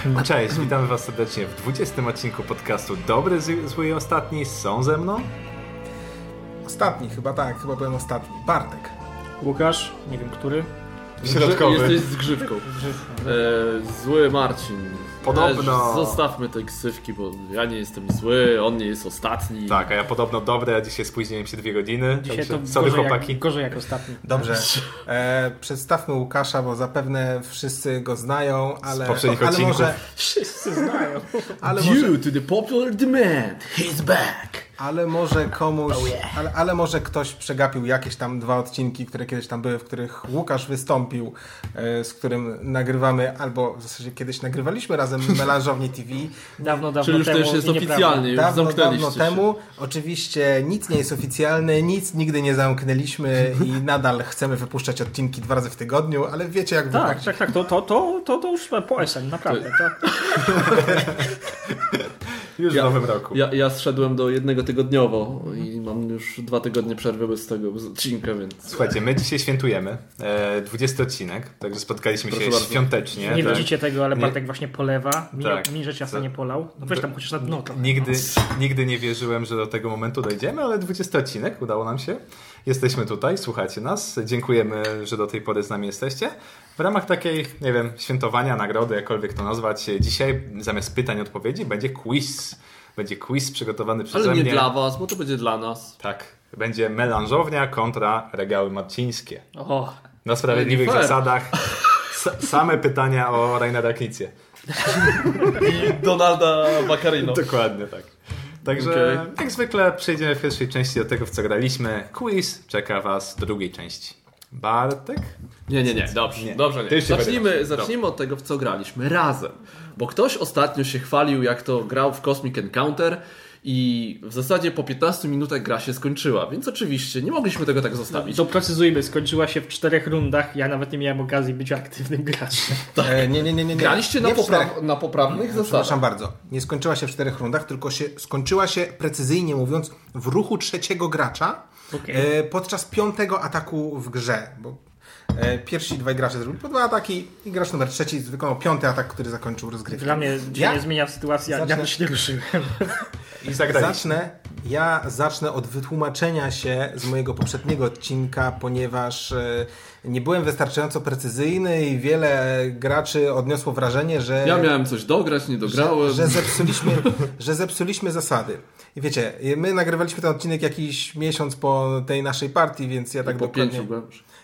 Cześć, witamy was serdecznie w 20. odcinku podcastu Dobry, Zły i Ostatni. Są ze mną? Ostatni, chyba byłem ostatni. Bartek. Łukasz, nie wiem który. Środkowy. Jesteś z grzywką. Zły Marcin. Podobno. Zostawmy te ksywki, bo ja nie jestem zły, on nie jest ostatni. Tak, a ja podobno dobry, a dzisiaj spóźniłem się 2 godziny. Dzisiaj to sorry, chłopaki. gorzej jak ostatni. Dobrze. Przedstawmy Łukasza, bo zapewne wszyscy go znają, ale, Z poprzednich ale odcinków. może... Wszyscy znają. Ale Due może, to the popular demand, he's back. ale może komuś... Ale może ktoś przegapił jakieś tam 2 odcinki, które kiedyś tam były, w których Łukasz wystąpił, z którym nagrywamy, albo w zasadzie kiedyś nagrywaliśmy razem Melanżownię TV. Dawno Czyli już temu. to już jest i nieprawda. oficjalnie, już zamknęliście Dawno się. temu. Oczywiście nic nie jest oficjalne, nic nigdy nie zamknęliśmy i nadal chcemy wypuszczać odcinki 2 razy w tygodniu, ale wiecie jak wychodzi. Tak. To już POSM, naprawdę. Tak. Już w nowym roku. Ja zszedłem do 1 tygodniowo i mam już 2 tygodnie przerwy bez tego, bez odcinka, więc... Słuchajcie, my dzisiaj świętujemy 20 odcinek, także spotkaliśmy Proszę się bardzo. świątecznie. Nie tak. widzicie tego, ale Nie- Bartek właśnie polewa. Tak. Mi rzecz jasna nie polał. No weź tam chociaż na dno. trochę. Nigdy nie wierzyłem, że do tego momentu dojdziemy, ale 20 odcinek udało nam się. Jesteśmy tutaj, słuchacie nas. Dziękujemy, że do tej pory z nami jesteście. W ramach takiej, nie wiem, świętowania, nagrody, jakkolwiek to nazwać, dzisiaj zamiast pytań, odpowiedzi będzie quiz. Będzie quiz przygotowany przeze Ale nie mnie. dla was, bo to będzie dla nas. Tak. Będzie melanżownia kontra regały marcińskie. O, Na sprawiedliwych Fair. zasadach. Same pytania o Rainera Knizia. I Donalda Vaccarino. Dokładnie tak. Także jak zwykle przejdziemy w pierwszej części do tego, w co graliśmy. Quiz czeka was w drugiej części. Bartek? Nie, dobrze. Nie. Dobrze, Ty nie. jeszcze Zacznijmy od tego, w co graliśmy razem. Bo ktoś ostatnio się chwalił, jak to grał w Cosmic Encounter i w zasadzie po 15 minutach gra się skończyła, więc oczywiście nie mogliśmy tego tak zostawić. doprecyzujmy, skończyła się w 4 rundach. Ja nawet nie miałem okazji być aktywnym graczem. Nie. Graliście Nie w 4. na poprawnych zasadach. Przepraszam bardzo. Nie skończyła się w 4 rundach, tylko skończyła się, precyzyjnie mówiąc, w ruchu 3. gracza podczas 5. ataku w grze. Bo pierwsi 2 gracze zrobili po 2 ataki i gracz numer 3 wykonał 5. atak, który zakończył rozgrywkę. Dla mnie nie zmienia sytuacja. Ja Zacznę- się nie ruszyłem. I zagraliśmy. Zacznę od wytłumaczenia się z mojego poprzedniego odcinka, ponieważ nie byłem wystarczająco precyzyjny i wiele graczy odniosło wrażenie, że... Ja miałem coś dograć, nie dograłem. Że zepsuliśmy zasady. I wiecie, my nagrywaliśmy ten odcinek jakiś miesiąc po tej naszej partii, więc ja tak po dokładnie... 5 byłem już.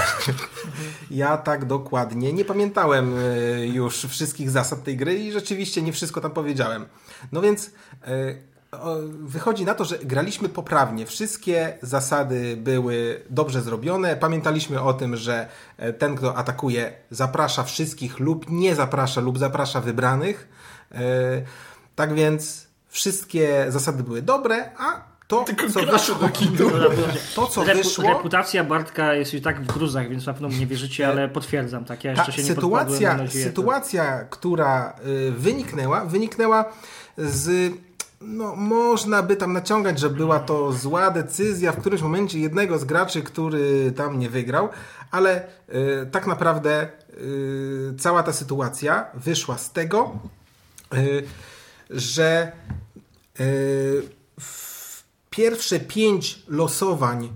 Ja tak dokładnie nie pamiętałem już wszystkich zasad tej gry i rzeczywiście nie wszystko tam powiedziałem. No więc wychodzi na to, że graliśmy poprawnie. Wszystkie zasady były dobrze zrobione. Pamiętaliśmy o tym, że ten, kto atakuje, zaprasza wszystkich lub nie zaprasza lub zaprasza wybranych. Tak więc wszystkie zasady były dobre, a to, co wyszło... Reputacja Bartka jest już tak w gruzach, więc na pewno mu nie wierzycie, ale potwierdzam. Tak, ja jeszcze się nie podkładłem na razie. Sytuacja, która wyniknęła z... No, można by tam naciągać, że była to zła decyzja w którymś momencie jednego z graczy, który tam nie wygrał, ale tak naprawdę cała ta sytuacja wyszła z tego, że pierwsze 5 losowań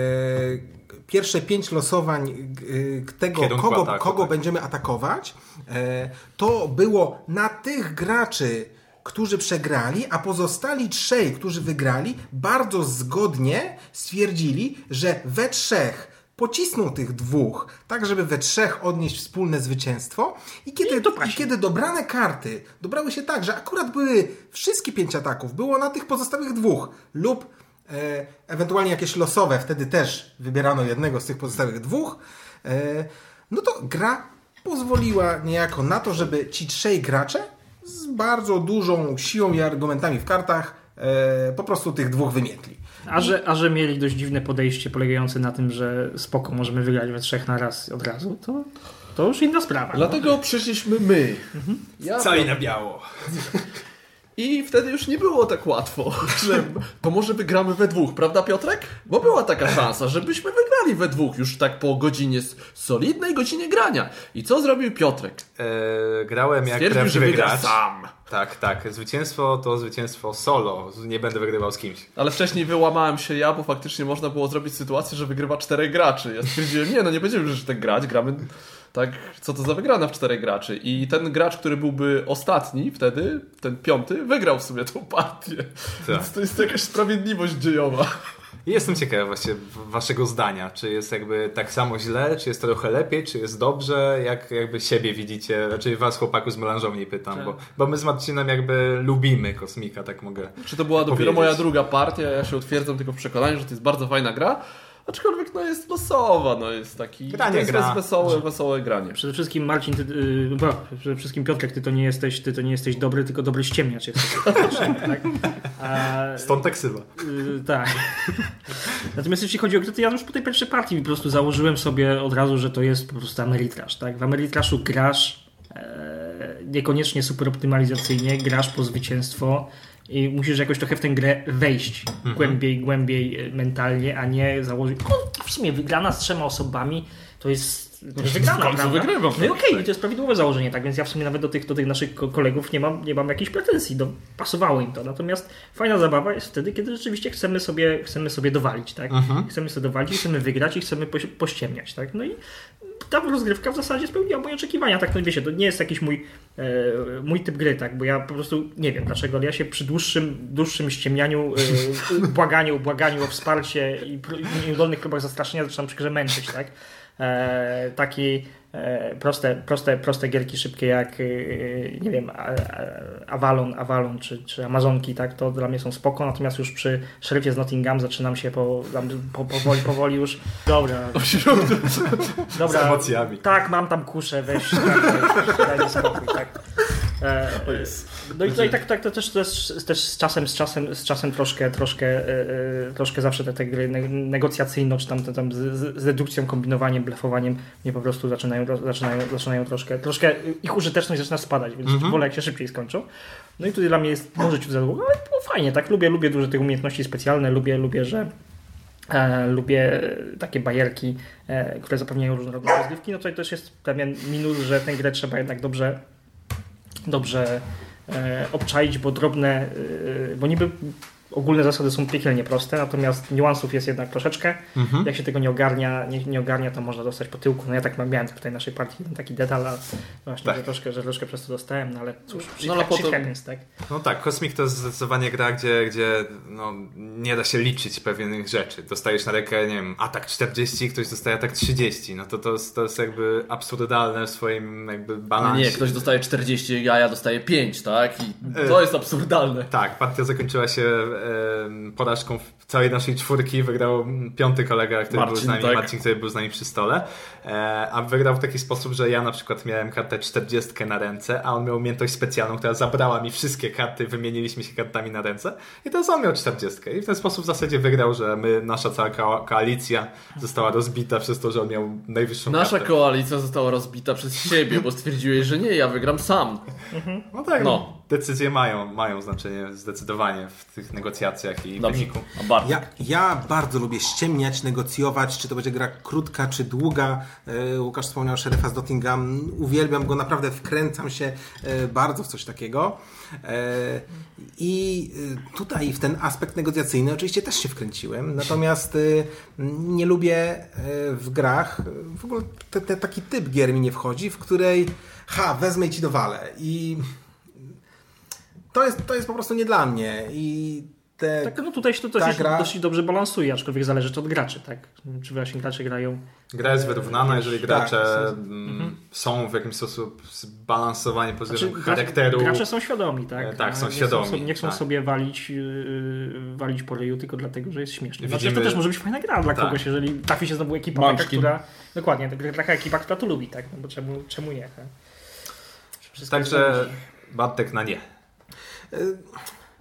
tego, kogo będziemy atakować, to było na tych graczy, którzy przegrali, a pozostali 3, którzy wygrali, bardzo zgodnie stwierdzili, że we 3 pocisną tych 2, tak żeby we 3 odnieść wspólne zwycięstwo. I kiedy dobrane karty dobrały się tak, że akurat były wszystkie 5 ataków, było na tych pozostałych 2 lub ewentualnie jakieś losowe, wtedy też wybierano jednego z tych pozostałych 2, no to gra pozwoliła niejako na to, żeby ci 3 gracze z bardzo dużą siłą i argumentami w kartach po prostu tych 2 wymietli. A że mieli dość dziwne podejście polegające na tym, że spoko, możemy wygrać we 3 na raz od razu, to już inna sprawa. Dlatego przyszliśmy my. Cali na biało. I wtedy już nie było tak łatwo, że to może wygramy we dwóch, prawda Piotrek? Bo była taka szansa, żebyśmy wygrali we dwóch już tak po godzinie, solidnej godzinie grania. I co zrobił Piotrek? Grałem jak prawdziwy że wygra sam. Tak. Zwycięstwo to zwycięstwo solo. Nie będę wygrywał z kimś. Ale wcześniej wyłamałem się ja, bo faktycznie można było zrobić sytuację, że wygrywa 4 graczy. Ja stwierdziłem, nie będziemy już tak grać, gramy... Tak, co to za wygrana w 4 graczy. I ten gracz, który byłby ostatni wtedy, ten 5, wygrał w sumie tą partię. Tak. Więc to jest jakaś sprawiedliwość dziejowa. I jestem ciekaw właśnie waszego zdania. Czy jest jakby tak samo źle, czy jest trochę lepiej, czy jest dobrze? Jak jakby siebie widzicie? Raczej was, chłopaków z melanżowni pytam, tak. bo my z Marcinem jakby lubimy Kosmika, tak mogę Czy to była dopiero moja druga partia, ja się utwierdzam tylko w przekonaniu, że to jest bardzo fajna gra. Aczkolwiek jest losowa, jest taki granie, wesołe granie. Przede wszystkim Marcin, przede wszystkim Piotrek, ty to nie jesteś dobry, tylko dobry ściemniacz jesteś. Tak? Stąd tak ksywa. Tak. Natomiast jeśli chodzi o gry, to ja już po tej pierwszej partii po prostu założyłem sobie od razu, że to jest po prostu Ameritrash. Tak? W Ameritrashu grasz niekoniecznie super optymalizacyjnie, grasz po zwycięstwo. I musisz jakoś trochę w tę grę wejść głębiej mentalnie, a nie założyć. W sumie wygrana z 3 osobami to jest wygrana, prawda? No i okej, to jest prawidłowe założenie, tak więc ja w sumie nawet do tych naszych kolegów nie mam jakichś pretensji, pasowało im to. Natomiast fajna zabawa jest wtedy, kiedy rzeczywiście chcemy sobie dowalić, tak? Chcemy sobie dowalić, chcemy wygrać i chcemy pościemniać, tak? No i ta rozgrywka w zasadzie spełniła moje oczekiwania, tak? No wiecie, to nie jest jakiś mój typ gry, tak? Bo ja po prostu nie wiem dlaczego, ale ja się przy dłuższym ściemnianiu, błaganiu o wsparcie i nieudolnych próbach zastraszenia zaczynam przy grze męczyć, tak? Takie proste gierki szybkie jak nie wiem, Avalon czy Amazonki, tak, to dla mnie są spoko, natomiast już przy Szeryfie z Nottingham zaczynam się powoli już dobra z emocjami. Tak, mam tam kuszę, weź daj mi spokój, tak. No i tak to też z czasem troszkę zawsze te gry negocjacyjne, czy tam z dedukcją, kombinowaniem, blefowaniem mnie po prostu zaczynają troszkę ich użyteczność zaczyna spadać, więc wolę jak się szybciej skończą. No i tutaj dla mnie jest może ciut za długo, ale fajnie, tak, lubię dużo tych umiejętności specjalne, lubię, że lubię takie bajerki, które zapewniają różnorodność rozgrywki. No tutaj też jest pewien minus, że tę grę trzeba jednak dobrze obczaić, bo niby ogólne zasady są piekielnie proste, natomiast niuansów jest jednak troszeczkę. Jak się tego nie ogarnia, to można dostać po tyłku. No ja tak miałem w tej naszej partii taki detal, a właśnie, tak. że troszkę przez to dostałem, no ale cóż, happens, tak? No tak, Cosmic to jest zdecydowanie gra, gdzie nie da się liczyć pewnych rzeczy. Dostajesz na rękę, nie wiem, atak 40, ktoś dostaje atak 30. No to jest jakby absurdalne w swoim jakby balansie. Nie, ktoś dostaje 40, a ja dostaję 5, tak? I to jest absurdalne. Tak, partia zakończyła się porażką w całej naszej czwórki. Wygrał 5. kolega, który był z nami, tak. Marcin, który był z nami przy stole. A wygrał w taki sposób, że ja na przykład miałem kartę 40 na ręce, a on miał umiejętność specjalną, która zabrała mi wszystkie karty, wymieniliśmy się kartami na ręce i teraz on miał 40. I w ten sposób w zasadzie wygrał, że nasza cała koalicja została rozbita przez to, że on miał najwyższą Nasza kartę. Koalicja została rozbita przez siebie, bo stwierdziłeś, że nie, ja wygram sam. No tak, decyzje mają znaczenie zdecydowanie w tych negocjacjach i wyniku. Ja bardzo lubię ściemniać, negocjować, czy to będzie gra krótka, czy długa. Łukasz wspomniał Szeryfa z Nottingham. Uwielbiam go, naprawdę wkręcam się bardzo w coś takiego. I tutaj w ten aspekt negocjacyjny oczywiście też się wkręciłem, natomiast nie lubię w grach, w ogóle taki typ gier mi nie wchodzi, w której wezmę i ci dowalę. I to jest po prostu nie dla mnie. I tak, no tutaj się to dosyć dobrze balansuje, aczkolwiek zależy to od graczy, tak? Czy właśnie gracze grają... Gra jest wyrównana, jeżeli gracze są w jakiś sposób zbalansowani pod względem charakteru. Gracze są świadomi, tak? Tak, są świadomi. Nie chcą sobie walić po ryju tylko dlatego, że jest śmieszny. Znaczy, to też może być fajna gra dla kogoś, jeżeli trafi się znowu ekipa, która... Dokładnie, taka ekipa, która to lubi, tak? No bo czemu nie? Tak? Także Bartek na nie.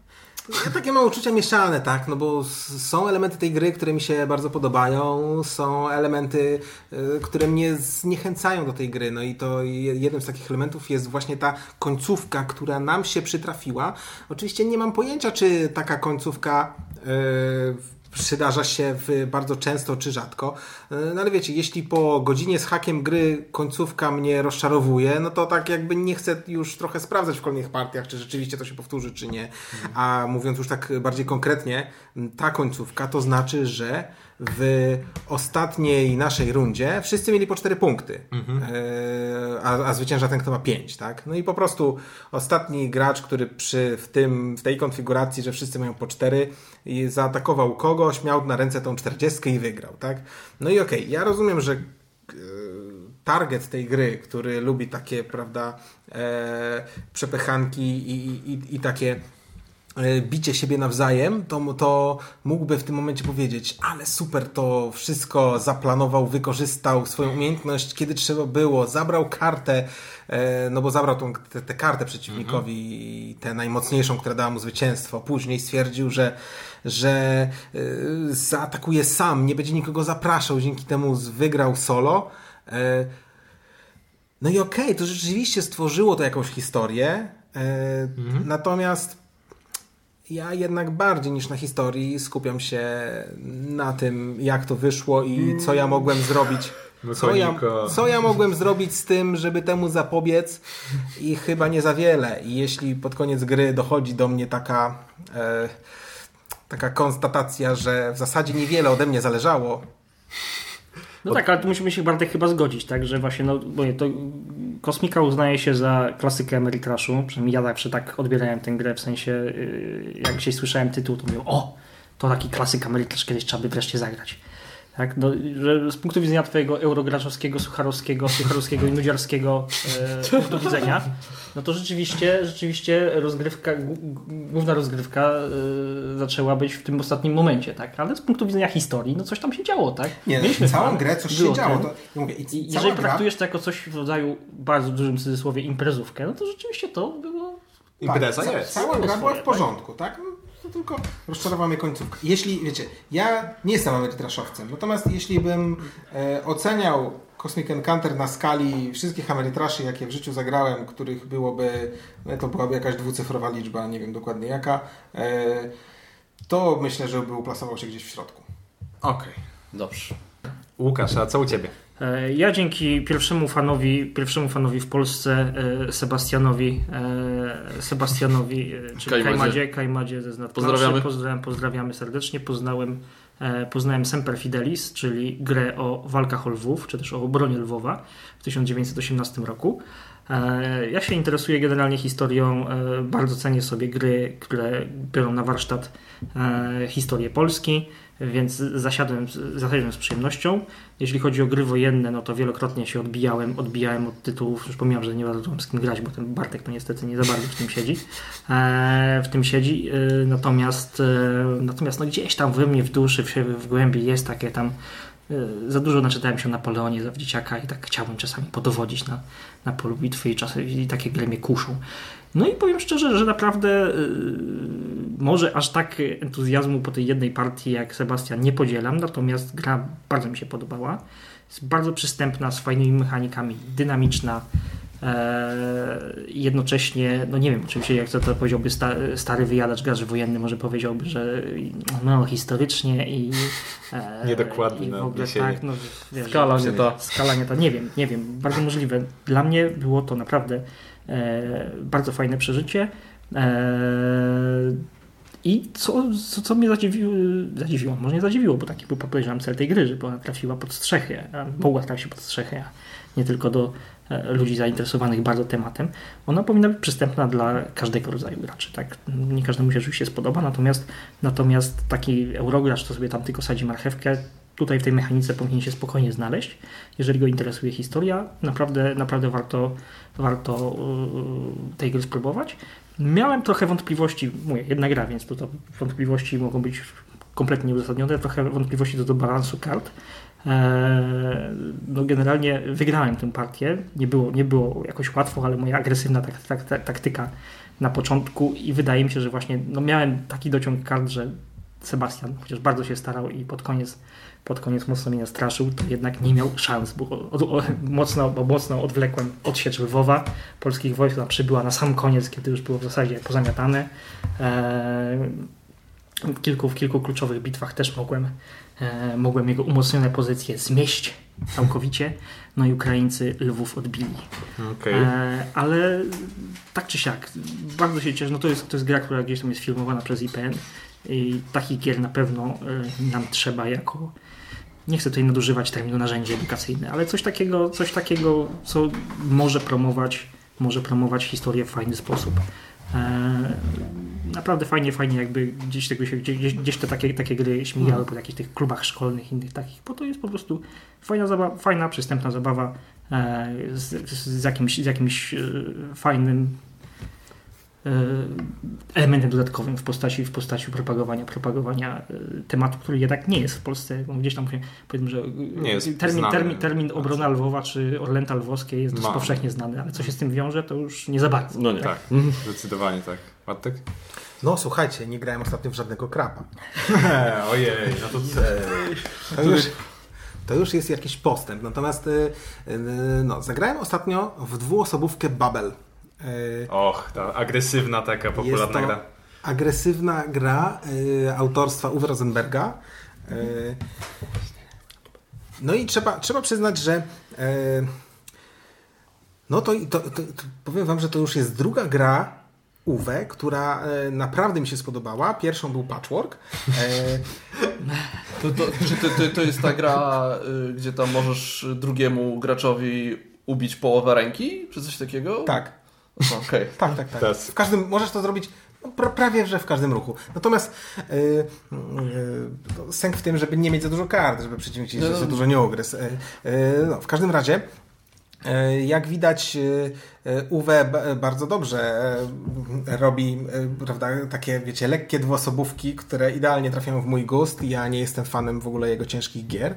Ja takie mam uczucia mieszane, tak, no bo są elementy tej gry, które mi się bardzo podobają, są elementy, które mnie zniechęcają do tej gry, no i to jednym z takich elementów jest właśnie ta końcówka, która nam się przytrafiła. Oczywiście nie mam pojęcia, czy taka końcówka przydarza się bardzo często czy rzadko, no ale wiecie, jeśli po godzinie z hakiem gry końcówka mnie rozczarowuje, no to tak jakby nie chcę już trochę sprawdzać w kolejnych partiach, czy rzeczywiście to się powtórzy, czy nie. A mówiąc już tak bardziej konkretnie, ta końcówka to znaczy, że w ostatniej naszej rundzie wszyscy mieli po 4 punkty, a zwycięża ten, kto ma 5, tak? No i po prostu ostatni gracz, który w tej konfiguracji, że wszyscy mają po 4, i zaatakował kogoś, miał na ręce tą 40 i wygrał, tak? No i okej, ja rozumiem, że target tej gry, który lubi takie, prawda, przepychanki i takie bicie siebie nawzajem, to mógłby w tym momencie powiedzieć, ale super to wszystko zaplanował, wykorzystał swoją umiejętność, kiedy trzeba było, zabrał kartę, no bo zabrał tę kartę przeciwnikowi, tę najmocniejszą, która dała mu zwycięstwo. Później stwierdził, że zaatakuje sam, nie będzie nikogo zapraszał, dzięki temu wygrał solo. No i okej, to rzeczywiście stworzyło to jakąś historię, natomiast ja jednak bardziej niż na historii skupiam się na tym, jak to wyszło i co ja mogłem zrobić. Co ja mogłem zrobić z tym, żeby temu zapobiec, i chyba nie za wiele. I jeśli pod koniec gry dochodzi do mnie taka konstatacja, że w zasadzie niewiele ode mnie zależało. No tak, ale tu musimy się, Bartek, chyba zgodzić, tak, że właśnie to Kosmika uznaje się za klasykę Ameritrashu, przynajmniej ja zawsze tak odbierałem tę grę, w sensie jak gdzieś słyszałem tytuł, to mówię, to taki klasyk Ameritrash, kiedyś trzeba by wreszcie zagrać. Tak, no, że z punktu widzenia twojego eurograczowskiego, sucharowskiego i nudziarskiego punktu widzenia, no to rzeczywiście główna rozgrywka zaczęła być w tym ostatnim momencie, tak? Ale z punktu widzenia historii, no coś tam się działo, tak? Nie, całą grę coś się działo. To, ja mówię, jeżeli traktujesz to jako coś w rodzaju bardzo dużym cudzysłowie imprezówkę, no to rzeczywiście to było... Impreza jest. Cała gra była w porządku, tak? To tylko rozczarowała mnie końcówka. Jeśli, wiecie, ja nie jestem Ameritrashowcem, natomiast jeśli bym oceniał Cosmic Encounter na skali wszystkich Ameritraszy, jakie w życiu zagrałem, których to byłaby jakaś dwucyfrowa liczba, nie wiem dokładnie jaka, to myślę, że by uplasował się gdzieś w środku. Okej. Dobrze. Łukasz, a co u Ciebie? Ja dzięki pierwszemu fanowi w Polsce, Sebastianowi, czyli Kajmadzie ze Znad Pozdrawiamy. Pozdrawiamy serdecznie. Poznałem Semper Fidelis, czyli grę o walkach o Lwów, czy też o obronie Lwowa w 1918 roku. Ja się interesuję generalnie historią, bardzo cenię sobie gry, które biorą na warsztat historię Polski, więc zasiadłem z przyjemnością. Jeśli chodzi o gry wojenne, no to wielokrotnie się odbijałem od tytułów, już pomijam, że nie bardzo mam z kim grać, bo ten Bartek to niestety nie za bardzo w tym siedzi. Natomiast no gdzieś tam we mnie w duszy, w głębi jest takie tam, za dużo naczytałem się o Napoleonie za dzieciaka i tak chciałbym czasami podowodzić na polu bitwy i takie gry mnie kuszą. No i powiem szczerze, że naprawdę może aż tak entuzjazmu po tej jednej partii jak Sebastian nie podzielam, natomiast gra bardzo mi się podobała. Jest bardzo przystępna, z fajnymi mechanikami, dynamiczna. Jednocześnie, no nie wiem, oczywiście jak to powiedziałby stary wyjadacz, gracz wojenny, może powiedziałby, że no historycznie i niedokładnie, i w ogóle tak, no wiesz, skala nie ta, nie wiem, bardzo możliwe. Dla mnie było to naprawdę bardzo fajne przeżycie. I co mnie zadziwiło, może nie zadziwiło, bo taki był, podejrzewam, cel tej gry, żeby ona trafiła pod strzechy, mogła trafić pod strzechy, a nie tylko do ludzi zainteresowanych bardzo tematem. Ona powinna być przystępna dla każdego rodzaju graczy. Tak? Nie każdemu się oczywiście spodoba, natomiast taki eurogracz, to sobie tam tylko sadzi marchewkę, tutaj w tej mechanice powinien się spokojnie znaleźć. Jeżeli go interesuje historia, naprawdę warto tej gry spróbować. Miałem trochę wątpliwości, jedna gra, więc to wątpliwości mogą być kompletnie nieuzasadnione, trochę wątpliwości co do balansu kart. No generalnie wygrałem tę partię, nie było jakoś łatwo, ale moja agresywna taktyka na początku i wydaje mi się, że właśnie miałem taki dociąg kart, że Sebastian, chociaż bardzo się starał i pod koniec mocno mnie nastraszył, to jednak nie miał szans, bo mocno odwlekłem odsiecz Lwowa. Polskich wojsk przybyła na sam koniec, kiedy już było w zasadzie pozamiatane. W kilku kluczowych bitwach też mogłem jego umocnione pozycje zmieść całkowicie, no i Ukraińcy Lwów odbili. Okay. Ale tak czy siak, bardzo się cieszę, no to jest gra, która gdzieś tam jest filmowana przez IPN i takich gier na pewno nam trzeba jako, nie chcę tutaj nadużywać terminu narzędzie edukacyjne, ale coś takiego, co może promować historię w fajny sposób. Naprawdę fajnie jakby gdzieś te takie gry śmigały po jakichś tych klubach szkolnych, innych takich, bo to jest po prostu fajna, przystępna zabawa z jakimś fajnym elementem dodatkowym w postaci propagowania tematu, który jednak nie jest w Polsce, bo gdzieś tam powiedzmy, że termin obrona Lwowa czy Orlęta Lwowskie jest dość powszechnie znany, ale co się z tym wiąże, to już nie za bardzo. No nie, tak. Zdecydowanie tak. Bartek? No słuchajcie, nie grałem ostatnio w żadnego krapa. Ojej, no to już jest jakiś postęp. Natomiast zagrałem ostatnio w dwuosobówkę Babel. Ta agresywna taka popularna gra. Agresywna gra autorstwa Uwe Rosenberga. No i trzeba przyznać, że to powiem wam, że to już jest druga gra Uwe, która naprawdę mi się spodobała. Pierwszą był Patchwork. To jest ta gra, gdzie tam możesz drugiemu graczowi ubić połowę ręki, czy coś takiego? Tak. Okay. Tak. W każdym, możesz to zrobić prawie że w każdym ruchu. Natomiast sęk w tym, żeby nie mieć za dużo kart, żeby przeciwnik ci za dużo nie ugryzł. W każdym razie jak widać Uwe bardzo dobrze robi, prawda, takie, wiecie, lekkie dwuosobówki, które idealnie trafiają w mój gust i ja nie jestem fanem w ogóle jego ciężkich gier.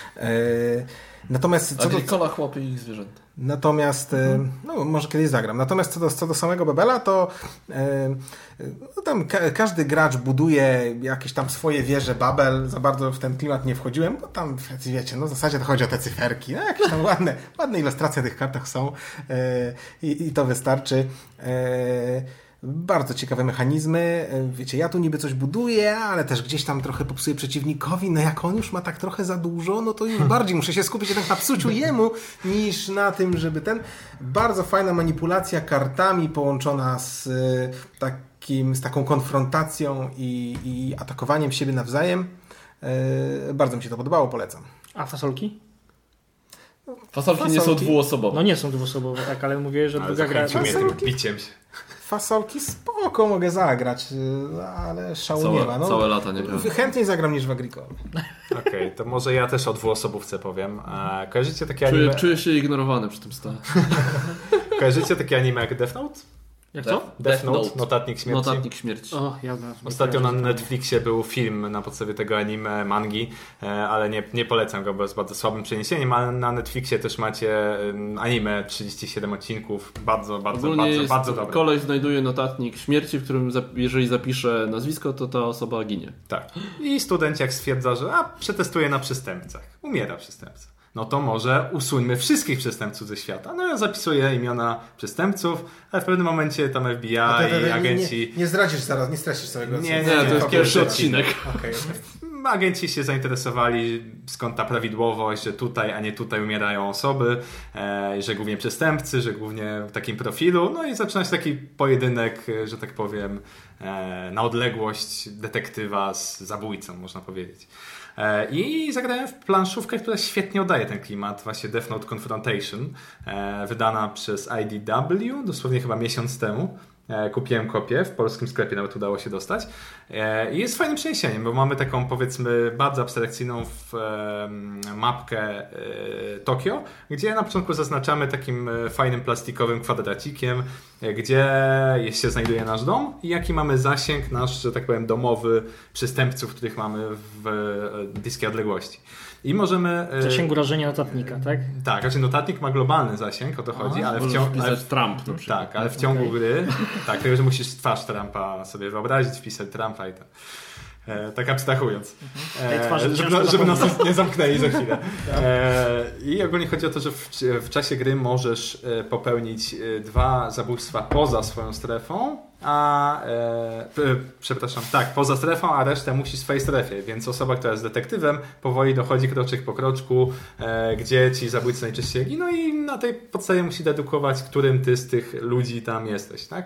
Natomiast Agricola, chłopy i zwierzęta. Natomiast, może kiedyś zagram. Natomiast co do samego Babela, to tam każdy gracz buduje jakieś tam swoje wieże Babel. Za bardzo w ten klimat nie wchodziłem, bo tam, wiecie, w zasadzie to chodzi o te cyferki. Jakieś tam ładne ilustracje tych kartach są i to wystarczy. Bardzo ciekawe mechanizmy. Wiecie, ja tu niby coś buduję, ale też gdzieś tam trochę popsuję przeciwnikowi. No jak on już ma tak trochę za dużo, no to już bardziej muszę się skupić jednak na psuciu jemu, niż na tym, żeby bardzo fajna manipulacja kartami połączona z taką konfrontacją i atakowaniem siebie nawzajem. Bardzo mi się to podobało, polecam. A fasolki? Fasolki nie są dwuosobowe. No nie są dwuosobowe, tak, ale mówię, że druga gra... Biciem się. Fasolki spoko mogę zagrać, ale szału nie ma. Całe lata nie grałem. Chętniej zagram niż w Agricole. Okej, to może ja też o dwuosobówce powiem. Kojarzycie takie anime... Czuję się ignorowany przy tym stole. Kojarzycie takie anime jak Death Note? Jak to? Death Note, Notatnik Śmierci. Notatnik Śmierci. Ostatnio na Netflixie był film na podstawie tego anime, mangi, ale nie polecam go, bo jest bardzo słabym przeniesieniem, ale na Netflixie też macie anime, 37 odcinków, bardzo dobre. Koleś znajduje Notatnik Śmierci, w którym jeżeli zapisze nazwisko, to ta osoba ginie. Tak. I student jak stwierdza, że przetestuje na przestępcach. Umiera przestępca. No to może usuńmy wszystkich przestępców ze świata. No ja zapisuję imiona przestępców, ale w pewnym momencie tam FBI i agenci... Nie zdradzisz zaraz, nie stracisz całego Nie, to jest pierwszy odcinek. Okay. Agenci się zainteresowali, skąd ta prawidłowość, że tutaj, a nie tutaj umierają osoby, że głównie przestępcy, że głównie w takim profilu. No i zaczyna się taki pojedynek, że tak powiem, na odległość detektywa z zabójcą, można powiedzieć. I zagrałem w planszówkę, która świetnie oddaje ten klimat, właśnie Death Note Confrontation, wydana przez IDW, dosłownie chyba miesiąc temu. Kupiłem kopię, w polskim sklepie nawet udało się dostać. I jest fajnym przeniesieniem, bo mamy taką, powiedzmy, bardzo abstrakcyjną mapkę Tokio, gdzie na początku zaznaczamy takim fajnym plastikowym kwadracikiem gdzie się znajduje nasz dom i jaki mamy zasięg nasz, że tak powiem, domowy przystępców, których mamy w bliskiej odległości. I możemy... Zasięgu rażenia notatnika, tak? Tak, znaczy notatnik ma globalny zasięg, o to chodzi, ale Trump na przykład. Tak, ale w ciągu gry, tak, tylko że musisz twarz Trumpa sobie wyobrazić, wpisać Trumpa i tak. Tak abstrahując. Żeby nas nie zamknęli za chwilę. I ogólnie chodzi o to, że w czasie gry możesz popełnić 2 zabójstwa poza swoją strefą, poza strefą, a resztę musi w swojej strefie, więc osoba, która jest detektywem, powoli dochodzi kroczek po kroczku, gdzie ci zabójcy najczęściej giną i na tej podstawie musi dedukować, którym ty z tych ludzi tam jesteś, tak?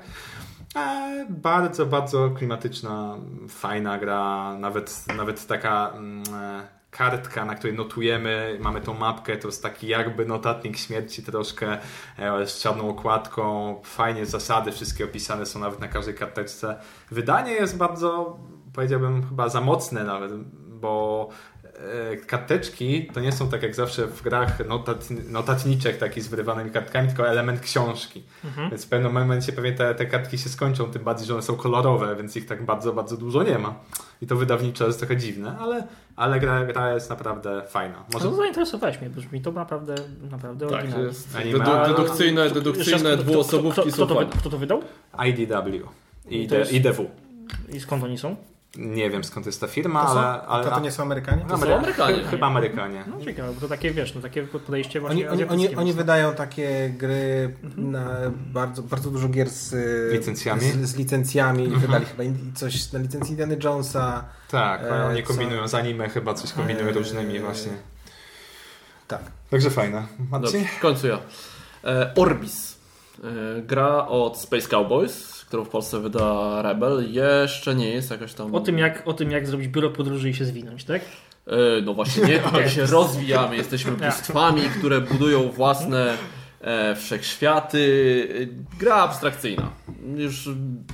Bardzo, bardzo klimatyczna, fajna gra, nawet taka kartka, na której notujemy, mamy tą mapkę, to jest taki jakby notatnik śmierci troszkę, z czarną okładką, fajnie zasady, wszystkie opisane są nawet na każdej karteczce. Wydanie jest bardzo, powiedziałbym, chyba za mocne nawet, bo karteczki to nie są tak jak zawsze w grach notatniczek taki z wyrywanymi kartkami, tylko element książki. Więc w pewnym momencie pewnie te kartki się skończą, tym bardziej, że one są kolorowe, więc ich tak bardzo, bardzo dużo nie ma. I to wydawniczo jest trochę dziwne, ale gra jest naprawdę fajna. Może... No zainteresowałeś mnie, brzmi to naprawdę oryginalnie. Tak, jest dedukcyjne dwuosobówki są fajne. Kto to wydał? IDW. IDW. I skąd oni są? Nie wiem skąd jest ta firma, ale... To nie są Amerykanie? To są Amerykanie. Chyba Amerykanie. No ciekawe, bo to takie, wiesz, takie podejście właśnie Oni wydają takie gry na bardzo, bardzo dużo gier z licencjami. Wydali chyba coś na licencji Indiana Jonesa. Tak, oni kombinują z anime, chyba coś kombinują różnymi właśnie. Tak. Także fajne. Dobrze, w końcu ja. Orbis. Gra od Space Cowboys, którą w Polsce wyda Rebel, jeszcze nie jest jakaś tam... O tym jak zrobić biuro podróży i się zwinąć, tak? No właśnie nie, tutaj się rozwijamy, jesteśmy bóstwami, które budują własne wszechświaty. Gra abstrakcyjna. Już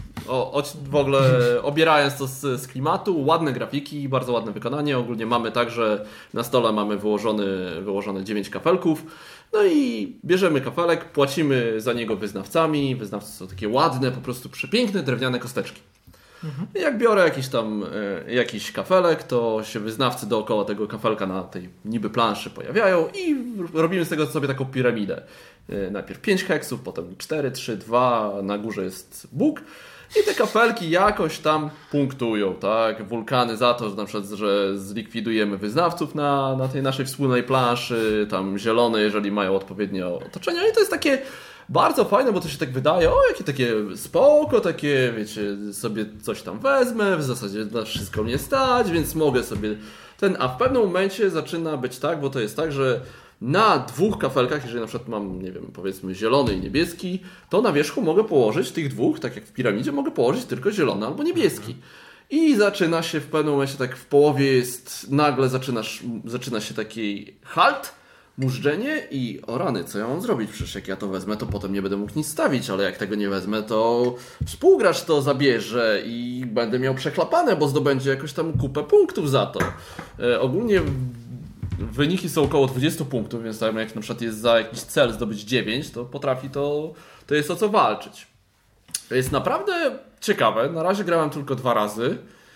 w ogóle obierając to z klimatu, ładne grafiki, bardzo ładne wykonanie. Ogólnie mamy tak, że na stole mamy wyłożone 9 kafelków. No i bierzemy kafelek, płacimy za niego wyznawcami. Wyznawcy są takie ładne, po prostu przepiękne drewniane kosteczki. Jak biorę jakiś kafelek, to się wyznawcy dookoła tego kafelka na tej niby planszy pojawiają i robimy z tego sobie taką piramidę. Najpierw 5 heksów, potem 4, 3, 2, na górze jest Bóg. I te kafelki jakoś tam punktują, tak? Wulkany za to, że na przykład, że zlikwidujemy wyznawców na tej naszej wspólnej planszy, tam zielone, jeżeli mają odpowiednie otoczenia. I to jest takie bardzo fajne, bo to się tak wydaje, jakie takie spoko, takie, wiecie, sobie coś tam wezmę, w zasadzie na wszystko mnie stać, więc mogę sobie a w pewnym momencie zaczyna być tak, bo to jest tak, że na 2 kafelkach, jeżeli na przykład mam, nie wiem, powiedzmy zielony i niebieski, to na wierzchu mogę położyć tych 2, tak jak w piramidzie, mogę położyć tylko zielony albo niebieski. I zaczyna się w pewnym momencie, tak w połowie jest, nagle zaczyna się taki halt, mużdżenie i o rany, co ja mam zrobić? Przecież jak ja to wezmę, to potem nie będę mógł nic stawić, ale jak tego nie wezmę, to współgracz to zabierze i będę miał przeklapane, bo zdobędzie jakoś tam kupę punktów za to. Ogólnie wyniki są około 20 punktów, więc tam jak na przykład jest za jakiś cel zdobyć 9, to potrafi to jest o co walczyć. To jest naprawdę ciekawe. Na razie grałem tylko 2 razy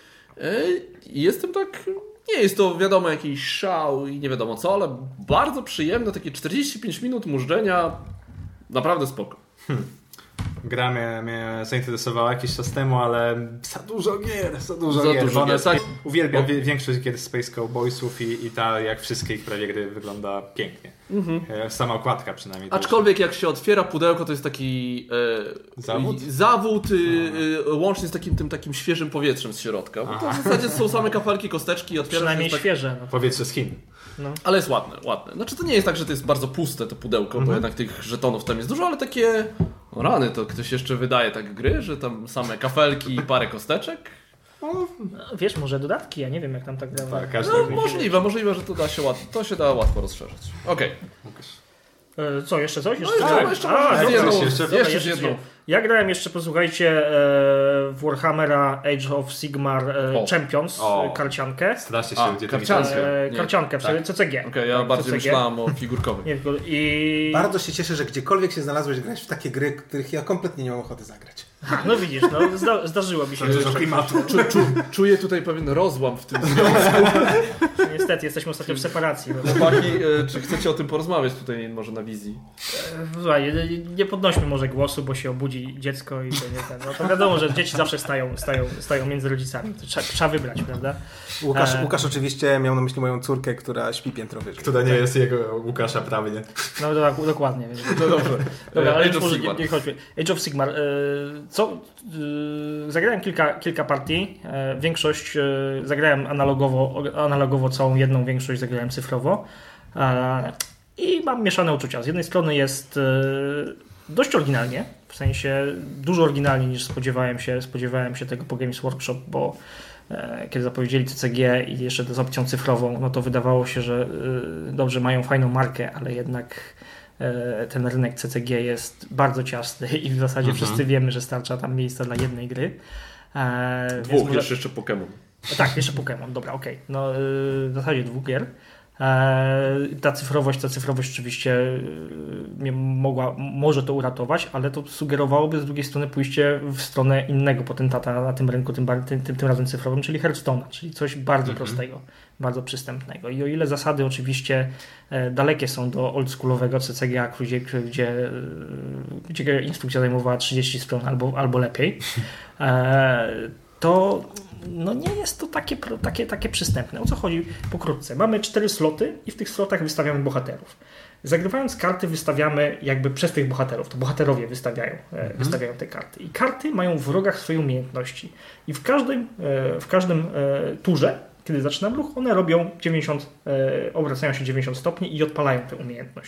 i jestem tak... Nie jest to wiadomo jakiś szał i nie wiadomo co, ale bardzo przyjemne, takie 45 minut mużdżenia, naprawdę spoko. Gra mnie zainteresowała jakiś czas temu, ale za dużo gier. Uwielbiam większość gier Space Cowboysów i ta, jak wszystkie ich prawie gry, wygląda pięknie. Sama okładka przynajmniej. Aczkolwiek jak się otwiera pudełko, to jest taki zawód łącznie z takim świeżym powietrzem z środka. Bo to w zasadzie są same kafelki, kosteczki. Przynajmniej świeże. No. Powietrze z Chin. No. Ale jest ładne. Znaczy to nie jest tak, że to jest bardzo puste to pudełko, bo jednak tych żetonów tam jest dużo, ale takie rany, to ktoś jeszcze wydaje tak gry, że tam same kafelki i parę kosteczek. No, wiesz, może dodatki, ja nie wiem jak tam tak działa. Tak, możliwe, że to się da łatwo rozszerzyć. Okej. Co, jeszcze coś? Jeszcze jedną. Ja grałem jeszcze, posłuchajcie, w Warhammera Age of Sigmar Champions karciankę. Strasznie się ludzie karciankę, CCG. Okej, ja bardziej myślałem o figurkowych. Bardzo się cieszę, że gdziekolwiek się znalazłeś grać w takie gry, których ja kompletnie nie mam ochoty zagrać. No widzisz, zdarzyło mi się. Czuję tutaj pewien rozłam w tym związku. Niestety, jesteśmy ostatnio w separacji. Chłopaki, czy chcecie o tym porozmawiać tutaj może na wizji? Słuchaj, nie podnośmy może głosu, bo się obudzi dziecko i to nie ten. No to wiadomo, że dzieci zawsze stają między rodzicami. To trzeba wybrać, prawda? Łukasz oczywiście miał na myśli moją córkę, która śpi piętro wyżej. Która nie jest jego Łukasza prawie, nie? No dokładnie. No dobrze. Dobra, ale Age of Sigmar. Nie chodźmy. Age of Sigmar. Zagrałem kilka partii. Większość zagrałem analogowo całą jedną, większość zagrałem cyfrowo. I mam mieszane uczucia. Z jednej strony jest dość oryginalnie, w sensie dużo oryginalniej niż spodziewałem się tego po Games Workshop, bo kiedy zapowiedzieli CCG i jeszcze z opcją cyfrową, no to wydawało się, że dobrze, mają fajną markę, ale jednak ten rynek CCG jest bardzo ciasny i w zasadzie wszyscy wiemy, że starcza tam miejsca dla jednej gry. Dwóch, jeszcze Pokémon. Tak, jeszcze Pokémon, dobra, okej. No, w zasadzie 2 gier. Ta cyfrowość oczywiście może to uratować, ale to sugerowałoby z drugiej strony pójście w stronę innego potentata na tym rynku, tym razem cyfrowym, czyli Hearthstone'a, czyli coś bardzo prostego, bardzo przystępnego. I o ile zasady oczywiście dalekie są do oldschoolowego CCG, gdzie instrukcja zajmowała 30 stron albo lepiej, to no nie jest to takie przystępne. O co chodzi? Pokrótce. Mamy 4 sloty i w tych slotach wystawiamy bohaterów. Zagrywając karty wystawiamy jakby przez tych bohaterów. To bohaterowie wystawiają te karty. I karty mają w rogach swoje umiejętności. I w każdym turze, kiedy zaczynam ruch, one robią obracają się 90 stopni i odpalają tę umiejętność.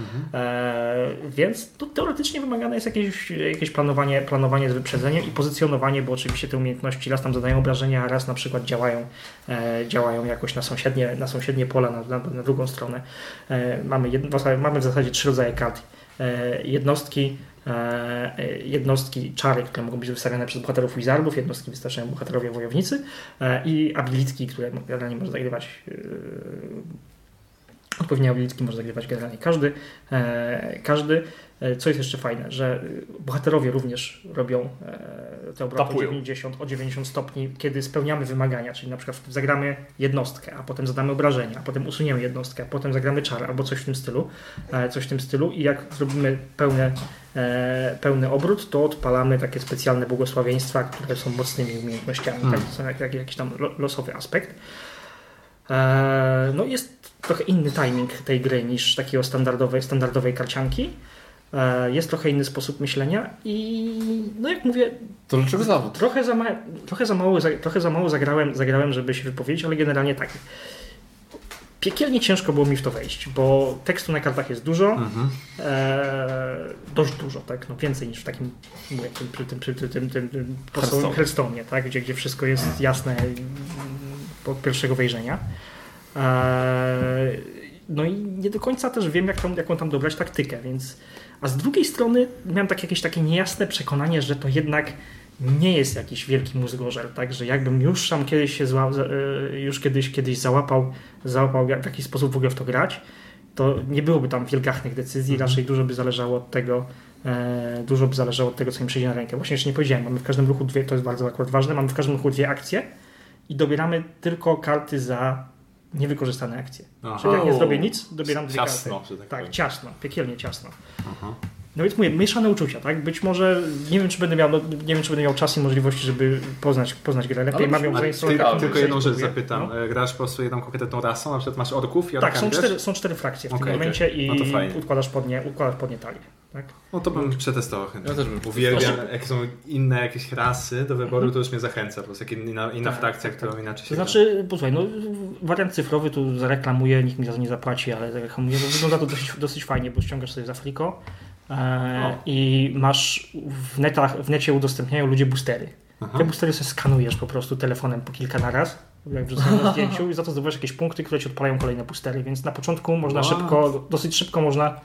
Więc to teoretycznie wymagane jest jakieś planowanie z wyprzedzeniem i pozycjonowanie, bo oczywiście te umiejętności raz tam zadają obrażenia, a raz na przykład działają jakoś na sąsiednie pola, na drugą stronę. Mamy w zasadzie 3 rodzaje kart. Jednostki czary, które mogą być wystawiane przez bohaterów wizardów, jednostki wystawiają bohaterowie wojownicy i abilitki, które generalnie może zagrywać odpowiednie abilitki może zagrywać generalnie każdy. Co jest jeszcze fajne, że bohaterowie również robią te obroty o 90 stopni, kiedy spełniamy wymagania, czyli na przykład zagramy jednostkę, a potem zadamy obrażenia, a potem usuniemy jednostkę, a potem zagramy czar albo coś w tym stylu i jak zrobimy pełny obrót, to odpalamy takie specjalne błogosławieństwa, które są mocnymi umiejętnościami, tak? To są jakiś tam losowy aspekt. No jest trochę inny timing tej gry niż takiej standardowej karcianki. Jest trochę inny sposób myślenia i no jak mówię... To dlaczego zawód? Trochę za mało zagrałem, żeby się wypowiedzieć, ale generalnie tak. Piekielnie ciężko było mi w to wejść, bo tekstu na kartach jest dużo, dość dużo, tak? No więcej niż w takim Hearthstone'ie, tak? Gdzie wszystko jest jasne od pierwszego wejrzenia. No i nie do końca też wiem, jaką tam dobrać taktykę, więc... A z drugiej strony miałem jakieś takie niejasne przekonanie, że to jednak nie jest jakiś wielki mózgorzel, tak? Że jakbym już tam kiedyś kiedyś załapał w jakiś sposób w ogóle w to grać, to nie byłoby tam wielgachnych decyzji, raczej dużo by zależało od tego, co mi przyjdzie na rękę. Właśnie jeszcze nie powiedziałem, mamy w każdym ruchu to jest bardzo akurat ważne, mamy w każdym ruchu 2 akcje i dobieramy tylko karty za niewykorzystane akcje. Czyli jak nie zrobię nic, dobieram 2 karty. Tak, ciasno, piekielnie ciasno. No więc mówię, mieszane uczucia, tak? Być może, nie wiem, czy będę miał czas i możliwości, żeby poznać grę lepiej. Mam ją zainstalować. Tylko jedną rzecz zapytam. No? Grasz po prostu jedną konkretną rasą, na przykład masz orków i orkami? Tak, są 4 frakcje w tym momencie i układasz pod nie talię. Tak? No to bym przetestował chętnie. Ja też bym uwielbiam, jak są inne jakieś rasy do wyboru, to już mnie zachęca. Po prostu inna frakcja, którą inaczej się... To znaczy, posłuchaj, wariant cyfrowy tu zareklamuję, nikt mi za to nie zapłaci, ale zareklamuję. Wygląda to dosyć fajnie, bo ściągasz sobie z Afriko i masz w necie udostępniają ludzie boostery. Te boostery sobie skanujesz po prostu telefonem po kilka naraz, jak wrzucam na zdjęciu i za to zdobywasz jakieś punkty, które ci odpalają kolejne boostery, więc na początku można dosyć szybko można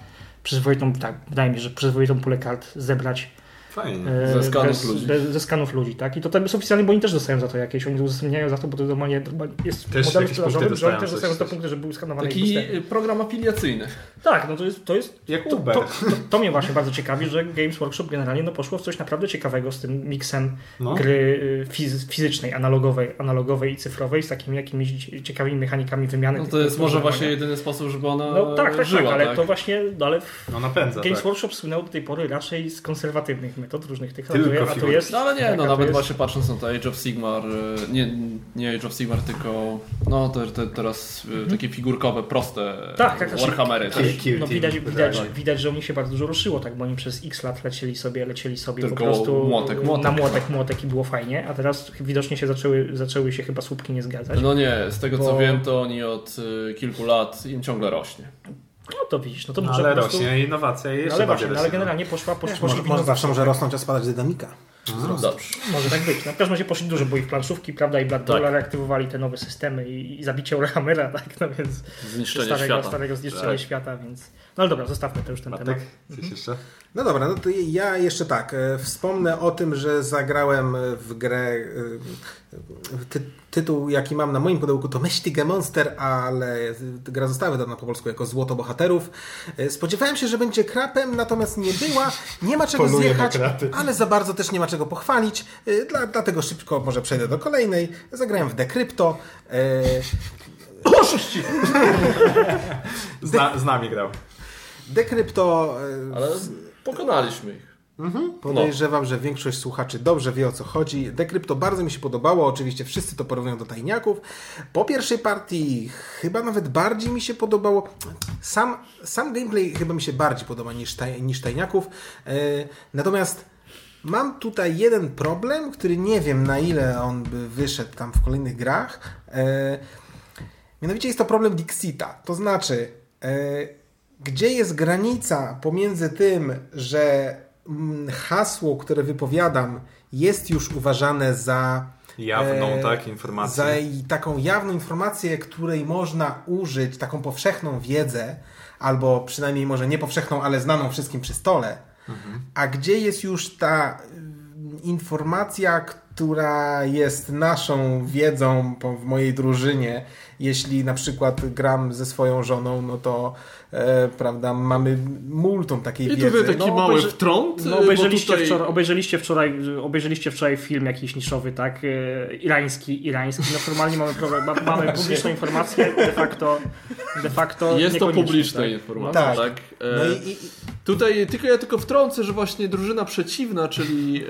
wydaje mi się, że przyzwoitą pulę kart zebrać. Fajnie. Ze skanów ludzi, tak? I to tam jest oficjalnie, bo oni też dostają za to jakieś, oni udostępniają za to, bo to normalnie jest też model sprzedażowy, że oni też dostają za punkty, że były skanowane. Taki program afiliacyjny. Tak, no to jest jak Uber. To mnie właśnie bardzo ciekawi, że Games Workshop generalnie poszło w coś naprawdę ciekawego z tym miksem gry fizycznej, analogowej i cyfrowej, z takimi jakimiś ciekawymi mechanikami wymiany. No to jest może właśnie jedyny sposób, żeby ona żyła. Ale to właśnie napędza, Games Workshop słynęło do tej pory raczej z konserwatywnych metod różnych tych, a to jest... No ale nie, nawet właśnie patrząc na to Age of Sigmar, nie Age of Sigmar, tylko teraz takie figurkowe, proste Warhammery. No widać, że u nich się bardzo dużo ruszyło, tak, bo oni przez x lat lecieli sobie tylko po prostu młotek i było fajnie, a teraz widocznie się zaczęły się chyba słupki nie zgadzać. No nie, z tego co wiem, to oni od kilku lat im ciągle rośnie. No to widzisz, no to może ale rośnie innowacja i jeszcze ale generalnie poszli może zawsze może rosnąć, a spadać dynamika. Może tak być. Na każdym razie poszli dużo, bo i w planszówki, prawda, i Blood Bowl reaktywowali te nowe systemy i zabicie Warhammera, tak, no więc starego zniszczenia świata, więc... No ale dobra, zostawmy to już ten temat. Coś jeszcze? No dobra, no to ja jeszcze tak, wspomnę o tym, że zagrałem w grę, tytuł jaki mam na moim pudełku to Mächtige Monster, ale gra została wydana po polsku jako Złoto Bohaterów. Spodziewałem się, że będzie krapem, natomiast nie była, nie ma czego zjechać, ale za bardzo też nie ma czego pochwalić, dlatego szybko może przejdę do kolejnej. Zagrałem w Decrypto. Z nami grał. Decrypto... Ale pokonaliśmy ich. Podejrzewam, że większość słuchaczy dobrze wie, o co chodzi. Decrypto bardzo mi się podobało. Oczywiście wszyscy to porównują do tajniaków. Po pierwszej partii chyba nawet bardziej mi się podobało. Sam gameplay chyba mi się bardziej podoba niż tajniaków. Natomiast mam tutaj jeden problem, który nie wiem, na ile on by wyszedł tam w kolejnych grach. Mianowicie jest to problem Dixita. To znaczy, gdzie jest granica pomiędzy tym, że hasło, które wypowiadam, jest już uważane za jawną informację. Za taką jawną informację, której można użyć, taką powszechną wiedzę, albo przynajmniej może nie powszechną, ale znaną wszystkim przy stole. A gdzie jest już ta informacja, która jest naszą wiedzą w mojej drużynie. Jeśli na przykład gram ze swoją żoną, no to prawda, mamy multum takiej wiedzy. I tu taki mały wtrąd. No, obejrzeliście wczoraj film jakiś niszowy, tak? Irański. No formalnie mamy publiczną informację, de facto jest to publiczna informacja, tak? No tutaj tylko wtrącę, że właśnie drużyna przeciwna, czyli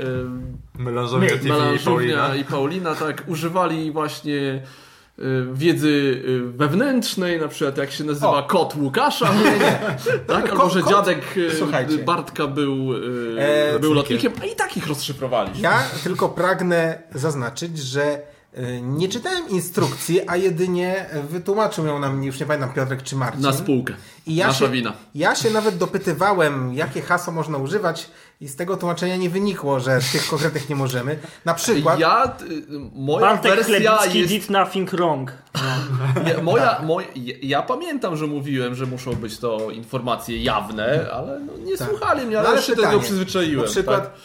Melanżownia i Paulina, tak, używali właśnie wiedzy wewnętrznej, na przykład jak się nazywa kot Łukasza, tak? Albo że dziadek Bartka był lotnikiem, a i tak ich rozszyfrowaliśmy. Ja tylko pragnę zaznaczyć, że nie czytałem instrukcji, a jedynie wytłumaczył ją nam, już nie pamiętam, Piotrek czy Marcin. Na spółkę. I nasza wina. Ja się nawet dopytywałem, jakie hasło można używać i z tego tłumaczenia nie wynikło, że tych konkretnych nie możemy. Na przykład... Moja Bartek wersja jest... did nothing wrong. Ja pamiętam, że mówiłem, że muszą być to informacje jawne, ale nie słuchali mnie, ale się do tego przyzwyczaiłem. Na przykład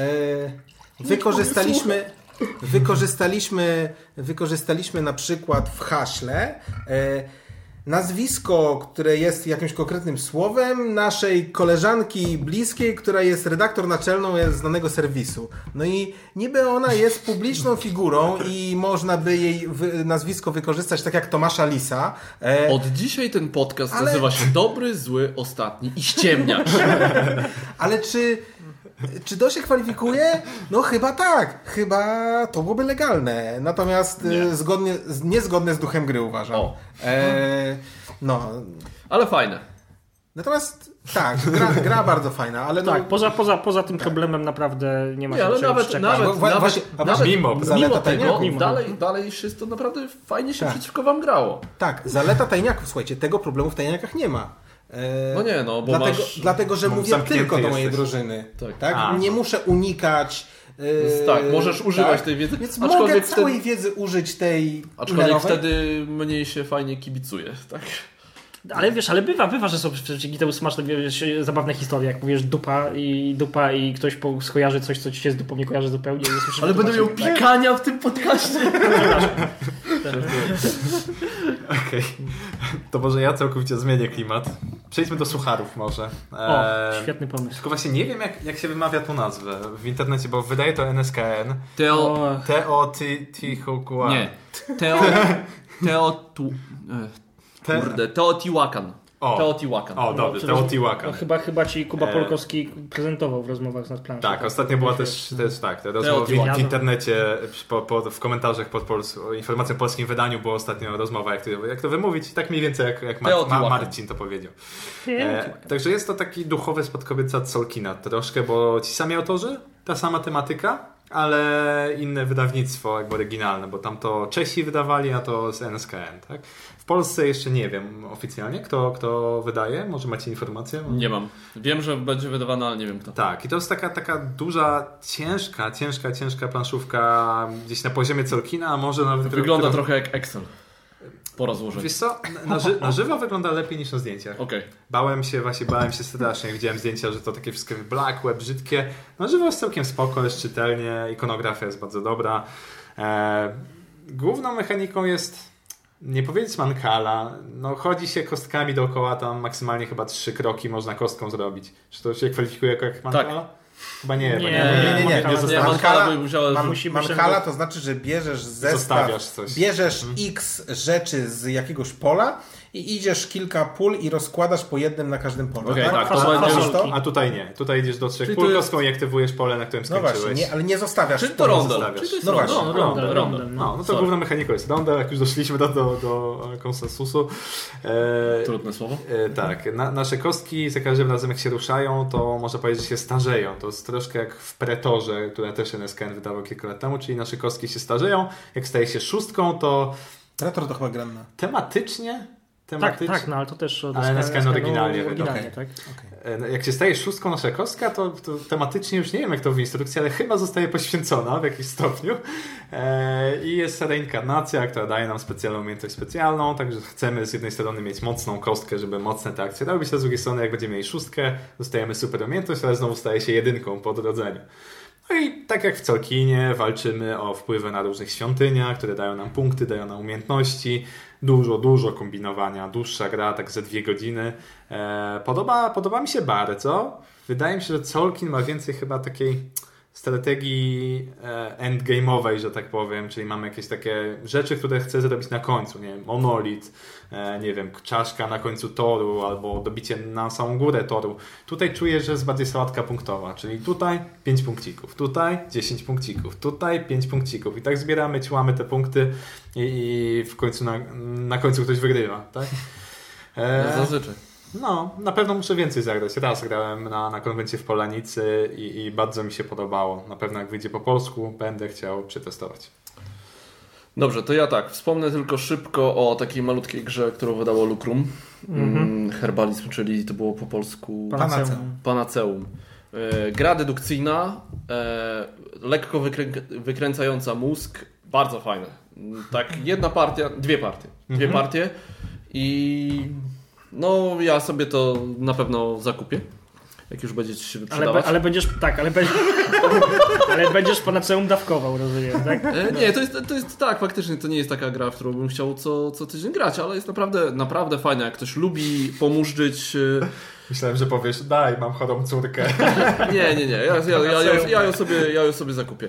wykorzystaliśmy na przykład w haśle nazwisko, które jest jakimś konkretnym słowem naszej koleżanki bliskiej, która jest redaktor naczelną znanego serwisu. No i niby ona jest publiczną figurą i można by jej nazwisko wykorzystać tak jak Tomasza Lisa. Od dzisiaj ten podcast nazywa się Dobry, Zły, Ostatni i Ściemniacz. Ale czy to się kwalifikuje? No chyba tak. Chyba to byłoby legalne. Natomiast niezgodne z duchem gry, uważam. No. Ale fajne. Natomiast tak, gra bardzo fajna, ale tak, poza tym problemem naprawdę nie ma się ale nawet mimo tego, dalej się to naprawdę fajnie się przeciwko wam grało. Tak, zaleta tajniaków, słuchajcie, tego problemu w tajniakach nie ma. Bo dlatego, że mówię tylko do mojej drużyny. Tak? Nie muszę unikać. Tak, możesz używać tej wiedzy. Więc mogę całej wiedzy użyć tej aczkolwiek wtedy mniej się fajnie kibicuje. Tak? Ale wiesz, bywa, że są dzięki temu smaczne, wiesz, zabawne historie, jak mówisz dupa i ktoś skojarzy coś, co ci się z dupą nie kojarzy zupełnie. Ale będę miał pikania w tym podcaście. Okej. To może ja całkowicie zmienię klimat. Przejdźmy do sucharów może. Świetny pomysł. Tylko właśnie nie wiem, jak się wymawia tą nazwę w internecie, bo wydaje to NSKN. Teotihuacan. Nie. Teotihuacan. Teotihuacan. O, dobrze, Teotihuacan. Chyba ci Kuba Polkowski prezentował w rozmowach z planszą. Tak, ostatnio była też tak, te rozmowy w internecie, w komentarzach pod informacją o polskim wydaniu była ostatnio rozmowa, jak to wymówić, tak mniej więcej jak Marcin to powiedział. Także jest to taki duchowy spadkobierca Tolkiena troszkę, bo ci sami autorzy, ta sama tematyka, ale inne wydawnictwo jakby oryginalne, bo tam to Czesi wydawali, a to z NSKN, tak? W Polsce jeszcze nie wiem oficjalnie, kto wydaje. Może macie informację? Nie mam. Wiem, że będzie wydawana, ale nie wiem kto. Tak, i to jest taka duża, ciężka planszówka gdzieś na poziomie Tolkiena, a może nawet... Wygląda trochę jak Excel. Po rozłożeniu. Wiesz co, na żywo wygląda lepiej niż na zdjęciach. Okay. Bałem się strasznie, jak widziałem zdjęcia, że to takie wszystkie wyblakłe, brzydkie. Na żywo jest całkiem spoko, jest czytelnie, ikonografia jest bardzo dobra. Główną mechaniką jest, nie powiedzieć mankala, chodzi się kostkami dookoła, tam maksymalnie chyba 3 kroki można kostką zrobić. Czy to się kwalifikuje jako mankala? Tak. Chyba nie. Mankala to znaczy, że bierzesz zestaw, bierzesz X rzeczy z jakiegoś pola i idziesz kilka pól i rozkładasz po jednym na każdym polu. Okay, tak? A tutaj nie. Tutaj idziesz do 3 pól kostką i aktywujesz pole, na którym skończyłeś. No właśnie, ale nie zostawiasz. Czyli to rondel. Rondel. No to główną mechaniką jest rondel, jak już doszliśmy do konsensusu. Trudne słowo. Tak. Nasze kostki za każdym razem jak się ruszają, to można powiedzieć, że się starzeją. To jest troszkę jak w Pretorze, które też NSKN wydawał kilka lat temu, czyli nasze kostki się starzeją. Jak staje się 6, to... Pretor to chyba grana. Tematycznie, tak, ale to też ale NSKN oryginalnie tak? Okay. Jak się staje 6 nasza kostka, to tematycznie już nie wiem jak to w instrukcji, ale chyba zostaje poświęcona w jakimś stopniu i jest reinkarnacja, która daje nam specjalną umiejętność specjalną, także chcemy z jednej strony mieć mocną kostkę, żeby mocne te akcje robić, a z drugiej strony jak będziemy mieli 6, dostajemy super umiejętność, ale znowu staje się 1 po odrodzeniu. No i tak jak w Tolkienie walczymy o wpływy na różnych świątyniach, które dają nam punkty, dają nam umiejętności. Dużo kombinowania, dłuższa gra, tak ze 2 godziny. Podoba mi się bardzo. Wydaje mi się, że Tolkien ma więcej chyba takiej strategii endgame'owej, że tak powiem, czyli mamy jakieś takie rzeczy, które chcę zrobić na końcu, nie wiem, monolit, nie wiem, czaszka na końcu toru albo dobicie na samą górę toru. Tutaj czuję, że jest bardziej sałatka punktowa, czyli tutaj 5 punkcików, tutaj 10 punkcików, tutaj 5 punkcików i tak zbieramy, ciłamy te punkty i w końcu na końcu ktoś wygrywa, tak? Zazwyczaj. No, na pewno muszę więcej zagrać. Raz grałem na konwencie w Polanicy i bardzo mi się podobało. Na pewno jak wyjdzie po polsku, będę chciał przetestować. Dobrze, to ja tak. Wspomnę tylko szybko o takiej malutkiej grze, którą wydało Lucrum. Herbalizm, czyli to było po polsku Panaceum. Gra dedukcyjna, lekko wykręcająca mózg. Bardzo fajne. Tak, dwie partie i... No, ja sobie to na pewno zakupię, jak już będziecie się wyprzedawać. Ale będziesz Panaceum dawkował, rozumiem, tak? Nie, to jest tak, faktycznie to nie jest taka gra, w którą bym chciał co tydzień grać, ale jest naprawdę fajna. Jak ktoś lubi pomurzyć... Myślałem, że powiesz, daj, mam chorą córkę. Nie, ja ją sobie zakupię.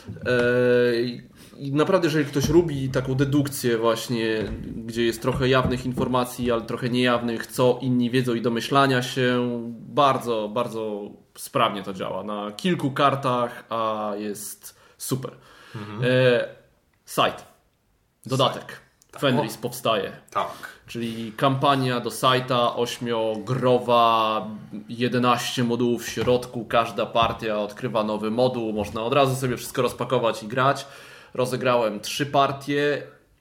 I naprawdę, jeżeli ktoś lubi taką dedukcję właśnie, gdzie jest trochę jawnych informacji, ale trochę niejawnych, co inni wiedzą i domyślania się, bardzo, bardzo sprawnie to działa. Na kilku kartach, a jest super. Site. Dodatek. Fenris powstaje. Tak. Czyli kampania do sajta 8-growa, 11 modułów w środku. Każda partia odkrywa nowy moduł. Można od razu sobie wszystko rozpakować i grać. Rozegrałem 3 partie.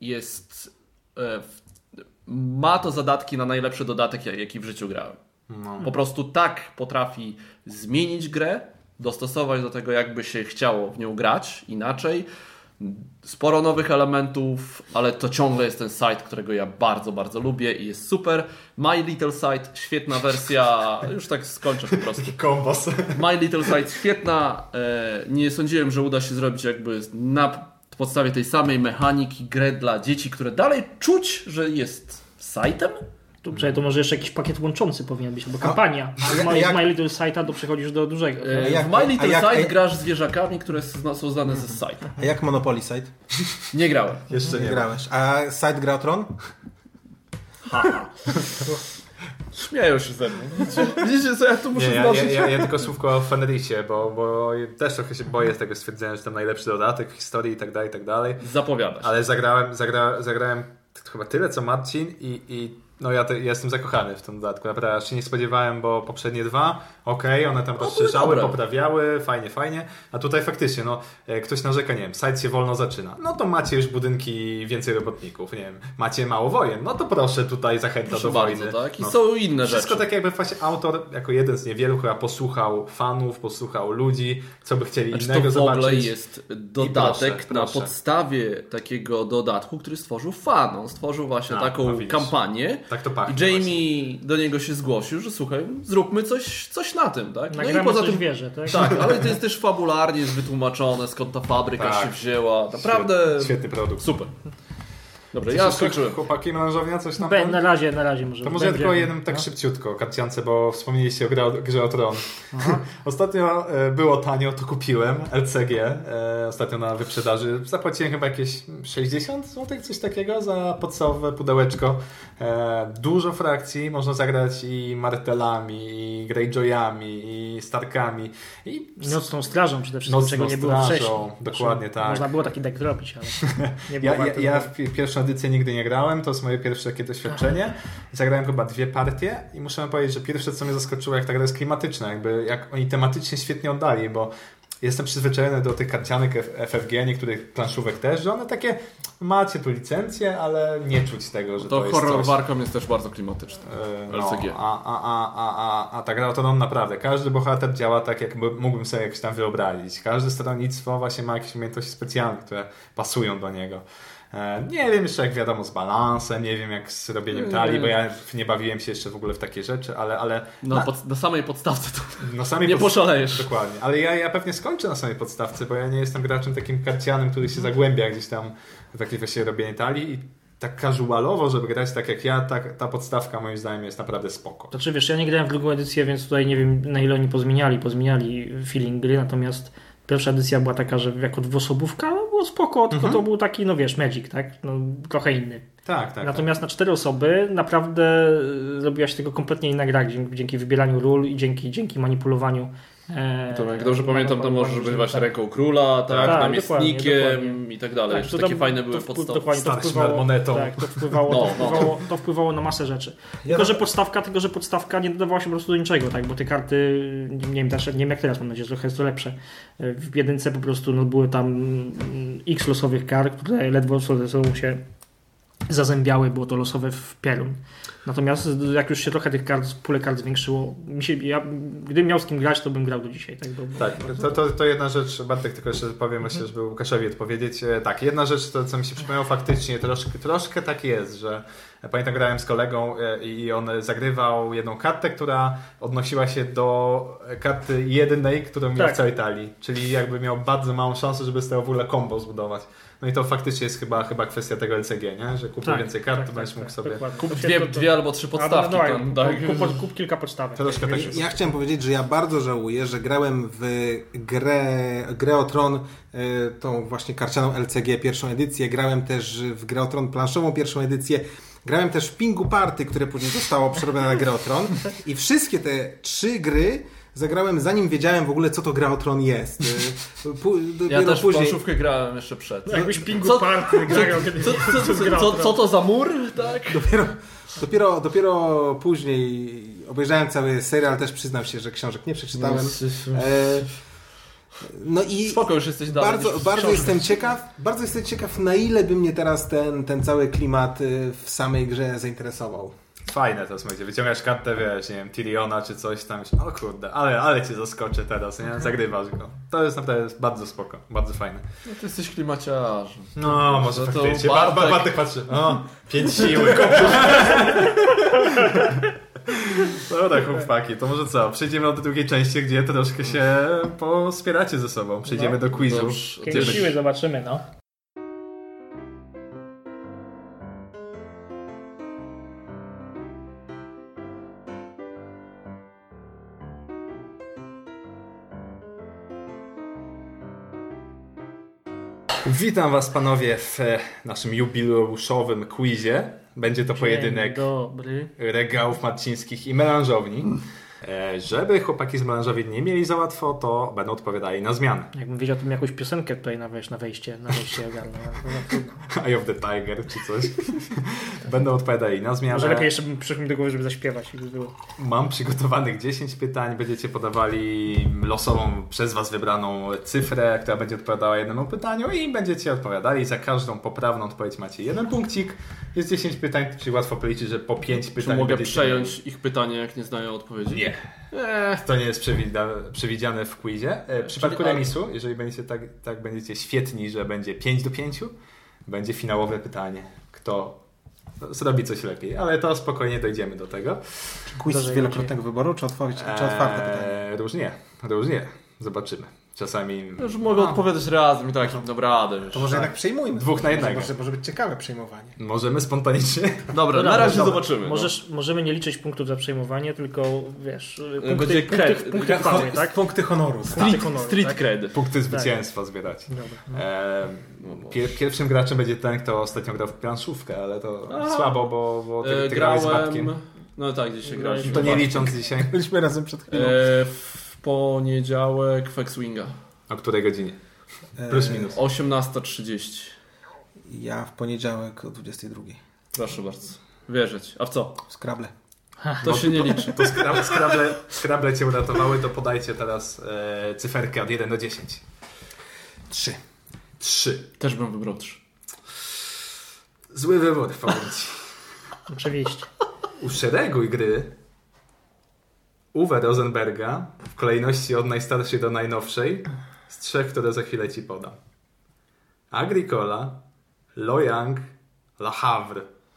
Ma to zadatki na najlepszy dodatek, jaki w życiu grałem. Po prostu tak potrafi zmienić grę, dostosować do tego, jakby się chciało w nią grać inaczej. sporo nowych elementów, ale to ciągle jest ten site, którego ja bardzo, bardzo lubię i jest super. My Little Site, świetna wersja, już tak skończę po prostu. Kombos. My Little Site, świetna. Nie sądziłem, że uda się zrobić jakby na podstawie tej samej mechaniki grę dla dzieci, które dalej czuć, że jest sajtem. To może jeszcze jakiś pakiet łączący powinien być, albo kampania. Z My Little Site'a przechodzisz do dużego. W My Little Site grasz zwierzakami, które są znane ze site'a. A jak Monopoly Site? Nie grałem. Jeszcze nie grałeś. A Site gra o Tron? Śmieją się ze mnie. Widzicie co ja tu muszę znosić? Ja tylko słówko o Fenrisie, bo też trochę się boję tego stwierdzenia, że tam najlepszy dodatek w historii i tak dalej. Zapowiadasz. Ale zagrałem chyba tyle co Marcin i no ja jestem zakochany w tym dodatku, naprawdę aż się nie spodziewałem, bo poprzednie dwa, one tam rozszerzały, poprawiały, fajnie, a tutaj faktycznie, ktoś narzeka, nie wiem, site się wolno zaczyna, no to macie już budynki, więcej robotników, nie wiem, macie mało wojen, no to proszę tutaj zachęta do wojny. Tak? I są inne rzeczy. Wszystko tak jakby właśnie autor, jako jeden z niewielu chyba posłuchał fanów, posłuchał ludzi, co by chcieli innego zobaczyć. To w ogóle jest dodatek na podstawie takiego dodatku, który stworzył fan. On stworzył właśnie taką kampanię. Tak to pachnie. I Jamie do niego się zgłosił, że słuchaj, zróbmy coś na tym, tak? No i poza tym wierzę, tak? Tak, ale to jest też fabularnie jest wytłumaczone, skąd ta fabryka się wzięła. Naprawdę świetny produkt. Super. Dobrze, ja skończyłem. Chłopaki, melanżownia, coś tam? Na razie może. To może ja tylko jednym tak szybciutko o karciance, bo wspomnieliście o grze o Tron. Ostatnio było tanio, to kupiłem LCG. Ostatnio na wyprzedaży. Zapłaciłem chyba jakieś 60 zł, coś takiego za podstawowe pudełeczko. Dużo frakcji, można zagrać i Martelami, i Greyjoyami, i Starkami. I Nocną Strażą przede wszystkim, czego nie było wcześniej. Dokładnie tak. Można było taki deck robić, ale nie było ja w pierwszą edycję nigdy nie grałem, to jest moje pierwsze takie doświadczenie. Zagrałem chyba 2 partie i muszę powiedzieć, że pierwsze co mnie zaskoczyło, jak ta gra jest klimatyczna, jak oni tematycznie świetnie oddali, bo jestem przyzwyczajony do tych karcianek FFG, niektórych planszówek też, że one takie, macie tu licencję, ale nie czuć tego, że to jest horror Warcom jest też bardzo klimatyczny. LCG. A ta gra o Tron naprawdę, każdy bohater działa tak, jak mógłbym sobie jakoś tam wyobrazić. Każde stronnictwo właśnie ma jakieś umiejętności specjalne, które pasują do niego. Nie wiem jeszcze jak wiadomo z balansem, nie wiem jak z robieniem talii, bo ja nie bawiłem się jeszcze w ogóle w takie rzeczy, ale na samej podstawce to nie poszalejesz. Dokładnie, ale ja pewnie skończę na samej podstawce, bo ja nie jestem graczem takim karcianym, który się zagłębia gdzieś tam w jakieś właśnie robienie talii i tak casualowo, żeby grać tak jak ja, ta podstawka moim zdaniem jest naprawdę spoko. To czy wiesz, ja nie grałem w drugą edycję, więc tutaj nie wiem na ile oni pozmieniali feeling gry, natomiast pierwsza edycja była taka, że jako dwuosobówka było spoko, tylko to był taki, Magic, tak? Trochę inny. Tak. Natomiast na 4 osoby naprawdę zrobiła się tego kompletnie inna gra, dzięki wybieraniu ról i dzięki manipulowaniu. To jak dobrze pamiętam, to możesz być właśnie ręką króla, tak, namiestnikiem i tak dalej. Jeszcze takie fajne były podstawy. Dokładnie, monetą. Tak, to wpływało na masę rzeczy. Tylko, że podstawka nie dodawała się po prostu do niczego, tak? Bo te karty, nie wiem jak teraz, mam nadzieję, że trochę jest to lepsze. W jedynce po prostu były tam x losowych kart, które ledwo ze sobą się zazębiały, było to losowe w piorun. Natomiast jak już się trochę tych pulę kart zwiększyło, gdybym miał z kim grać, to bym grał do dzisiaj. To jedna rzecz, Bartek, tylko jeszcze powiem, myślę, żeby Łukaszowi odpowiedzieć. Tak, jedna rzecz, to co mi się przypomniało faktycznie, troszkę tak jest, że pamiętam, grałem z kolegą i on zagrywał jedną kartę, która odnosiła się do karty jednej, którą miał w całej talii. Czyli jakby miał bardzo małą szansę, żeby z tego w ogóle combo zbudować. No i to faktycznie jest chyba kwestia tego LCG, nie? Że kupuj więcej kart, to będziesz mógł sobie... Kup dwie albo 3 podstawki. Kup kilka podstawek. Ja chciałem powiedzieć, że ja bardzo żałuję, że grałem w grę o Tron, tą właśnie karcianą LCG pierwszą edycję, grałem też w grę o Tron planszową pierwszą edycję, grałem też w Pingu Party, które później zostało przerobione na grę o Tron i wszystkie te 3 gry zagrałem zanim wiedziałem w ogóle co to gra o Tron jest. Ja też w planszówkę grałem jeszcze przed. Jakbyś Pingu Party grał. Co to za mur? Tak? Dopiero później obejrzałem cały serial, też przyznam się, że książek nie przeczytałem. No i spoko, już jesteś dalej. Bardzo jestem ciekaw, na ile by mnie teraz ten cały klimat w samej grze zainteresował. Fajne to będzie. Wyciągasz kartę, wiesz, nie wiem, Tyriona czy coś tam. O kurde, ale cię zaskoczę teraz, nie? Zagrywasz go. To jest naprawdę bardzo spoko, bardzo fajne. No ty jesteś klimaciarzem. No, może faktycznie. Bartek patrzy. O, 5 siły. Dobra, chłopaki, to może co? Przejdziemy do drugiej części, gdzie troszkę się pospieracie ze sobą. Przejdziemy do quizu. 5 siły zobaczymy, no. Witam was panowie w naszym jubileuszowym quizie. Będzie to pojedynek regałów marcińskich i melanżowni. Żeby chłopaki z melanżowi nie mieli za łatwo, to będą odpowiadali na zmianę. Jakbym wiedział, to jakąś piosenkę tutaj na wejście ogarnął. Eye of the Tiger czy coś. Będą odpowiadali na zmianę. Może lepiej jeszcze bym przyszło mi do głowy, żeby zaśpiewać. Mam przygotowanych 10 pytań. Będziecie podawali losową przez was wybraną cyfrę, która będzie odpowiadała jednemu pytaniu i będziecie odpowiadali. Za każdą poprawną odpowiedź macie 1 punkcik. Jest 10 pytań, czyli łatwo policzyć, że po 5 pytań... Czy mogę przejąć ich pytanie, jak nie znają odpowiedzi? Nie. To nie jest przewidziane w quizie. W przypadku remisu, jeżeli będziecie tak będziecie świetni, że będzie 5-5, będzie finałowe pytanie. Kto zrobi coś lepiej, ale to spokojnie dojdziemy do tego. Czy quiz z wielokrotnego wyboru, czy otwarte pytanie? Różnie. Zobaczymy. Czasami... Już mogę odpowiadać razem i tak dam radę. To może jednak przejmujmy. 2 na 1. Może być ciekawe przejmowanie. Możemy spontanicznie. Dobra, na razie zobaczymy. Możemy nie liczyć punktów za przejmowanie, tylko wiesz, punkty chwały, tak? Punkty honoru. Street cred. Punkty zwycięstwa zbierać. Pierwszym graczem będzie ten, kto ostatnio grał w planszówkę, ale to słabo, bo ty grałeś z Batkiem. No tak, dzisiaj graliśmy. To nie licząc dzisiaj. Byliśmy razem przed chwilą. W poniedziałek w X-Winga. O której godzinie? Plus minus. 18:30. Ja w poniedziałek o 22:00. Proszę bardzo. Wierzyć. A w co? W Scrabble. To się nie liczy. To Scrabble cię uratowały, to podajcie teraz cyferkę od 1 do 10. 3. Też bym wybrał 3. Zły wybór, powiem ci. Oczywiście. Uszereguj gry Uwe Rosenberga w kolejności od najstarszej do najnowszej z 3, które za chwilę ci podam. Agricola, Loyang, Le Havre.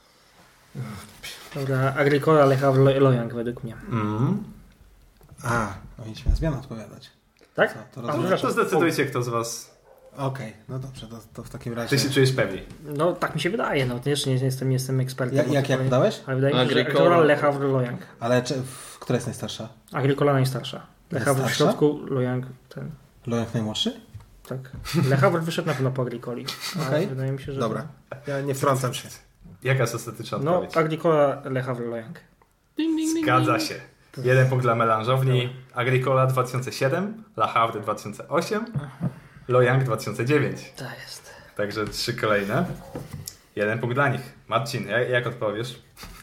Dobra, Agricola, Le Havre, Loyang według mnie. Powinniśmy na zmianę odpowiadać. Tak? To zdecydujcie, kto z was... Okej, no dobrze, to w takim razie... Ty się czujesz pewniej? No tak mi się wydaje, no jeszcze nie jestem ekspertem. Jak dałeś? Ale wydaje mi się, że Agricola, Le Havre, Loyang. Ale która jest najstarsza? Agricola najstarsza. Le Havre w środku, Loyang ten. Loyang najmłodszy? Tak. Le Havre wyszedł na pewno po Agricoli. Okej. Wydaje mi się, że... Dobra, ja nie wtrącam się. Jaka jest ostateczna odpowiedź? No, Agricola, Le Havre, Loyang. Zgadza się. 1 punkt dla melanżowni. Agricola 2007, Le Havre 2008, Loyang 2009. To jest. Także 3 kolejne. 1 punkt dla nich. Marcin, jak odpowiesz?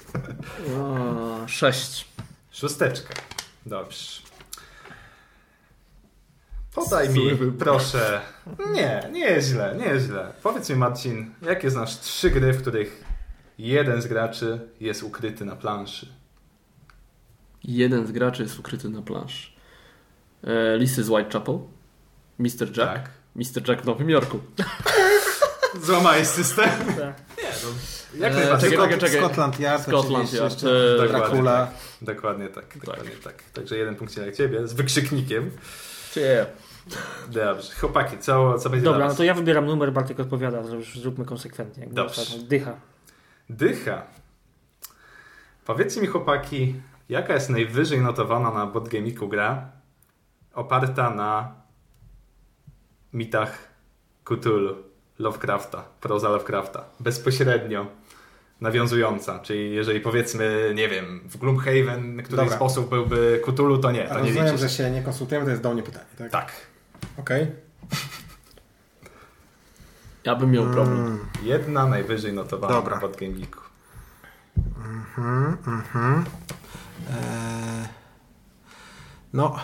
6. 6. Dobrze. Podaj mi, proszę. Nie jest źle. Powiedz mi, Marcin, jakie znasz 3 gry, w których jeden z graczy jest ukryty na planszy? Jeden z graczy jest ukryty na planszy. Lisy z Whitechapel. Mr. Jack. Tak. Mr. Jack w Nowym Jorku. Złamałeś system? Tak. Nie, no. Jak najbardziej. Scotland Yard. Dracula. Dokładnie tak. Także 1 punkt dla ciebie z wykrzyknikiem. Dobrze. Chłopaki, co będzie Dobra, no to ja wybieram numer, Bartek odpowiada, już zróbmy konsekwentnie. Dobrze. Dycha. Powiedzcie mi, chłopaki, jaka jest najwyżej notowana na BoardGamiku gra oparta na mitach Cthulhu, Lovecrafta, proza Lovecrafta, bezpośrednio nawiązująca, czyli jeżeli powiedzmy, nie wiem, w Gloomhaven któryś sposób byłby Cthulhu, to nie. To nie rozumiem, że się nie konsultujemy, to jest do mnie pytanie, tak? Tak. Okej. Ja bym miał problem. Jedna najwyżej notowana na BoardGamiku. No...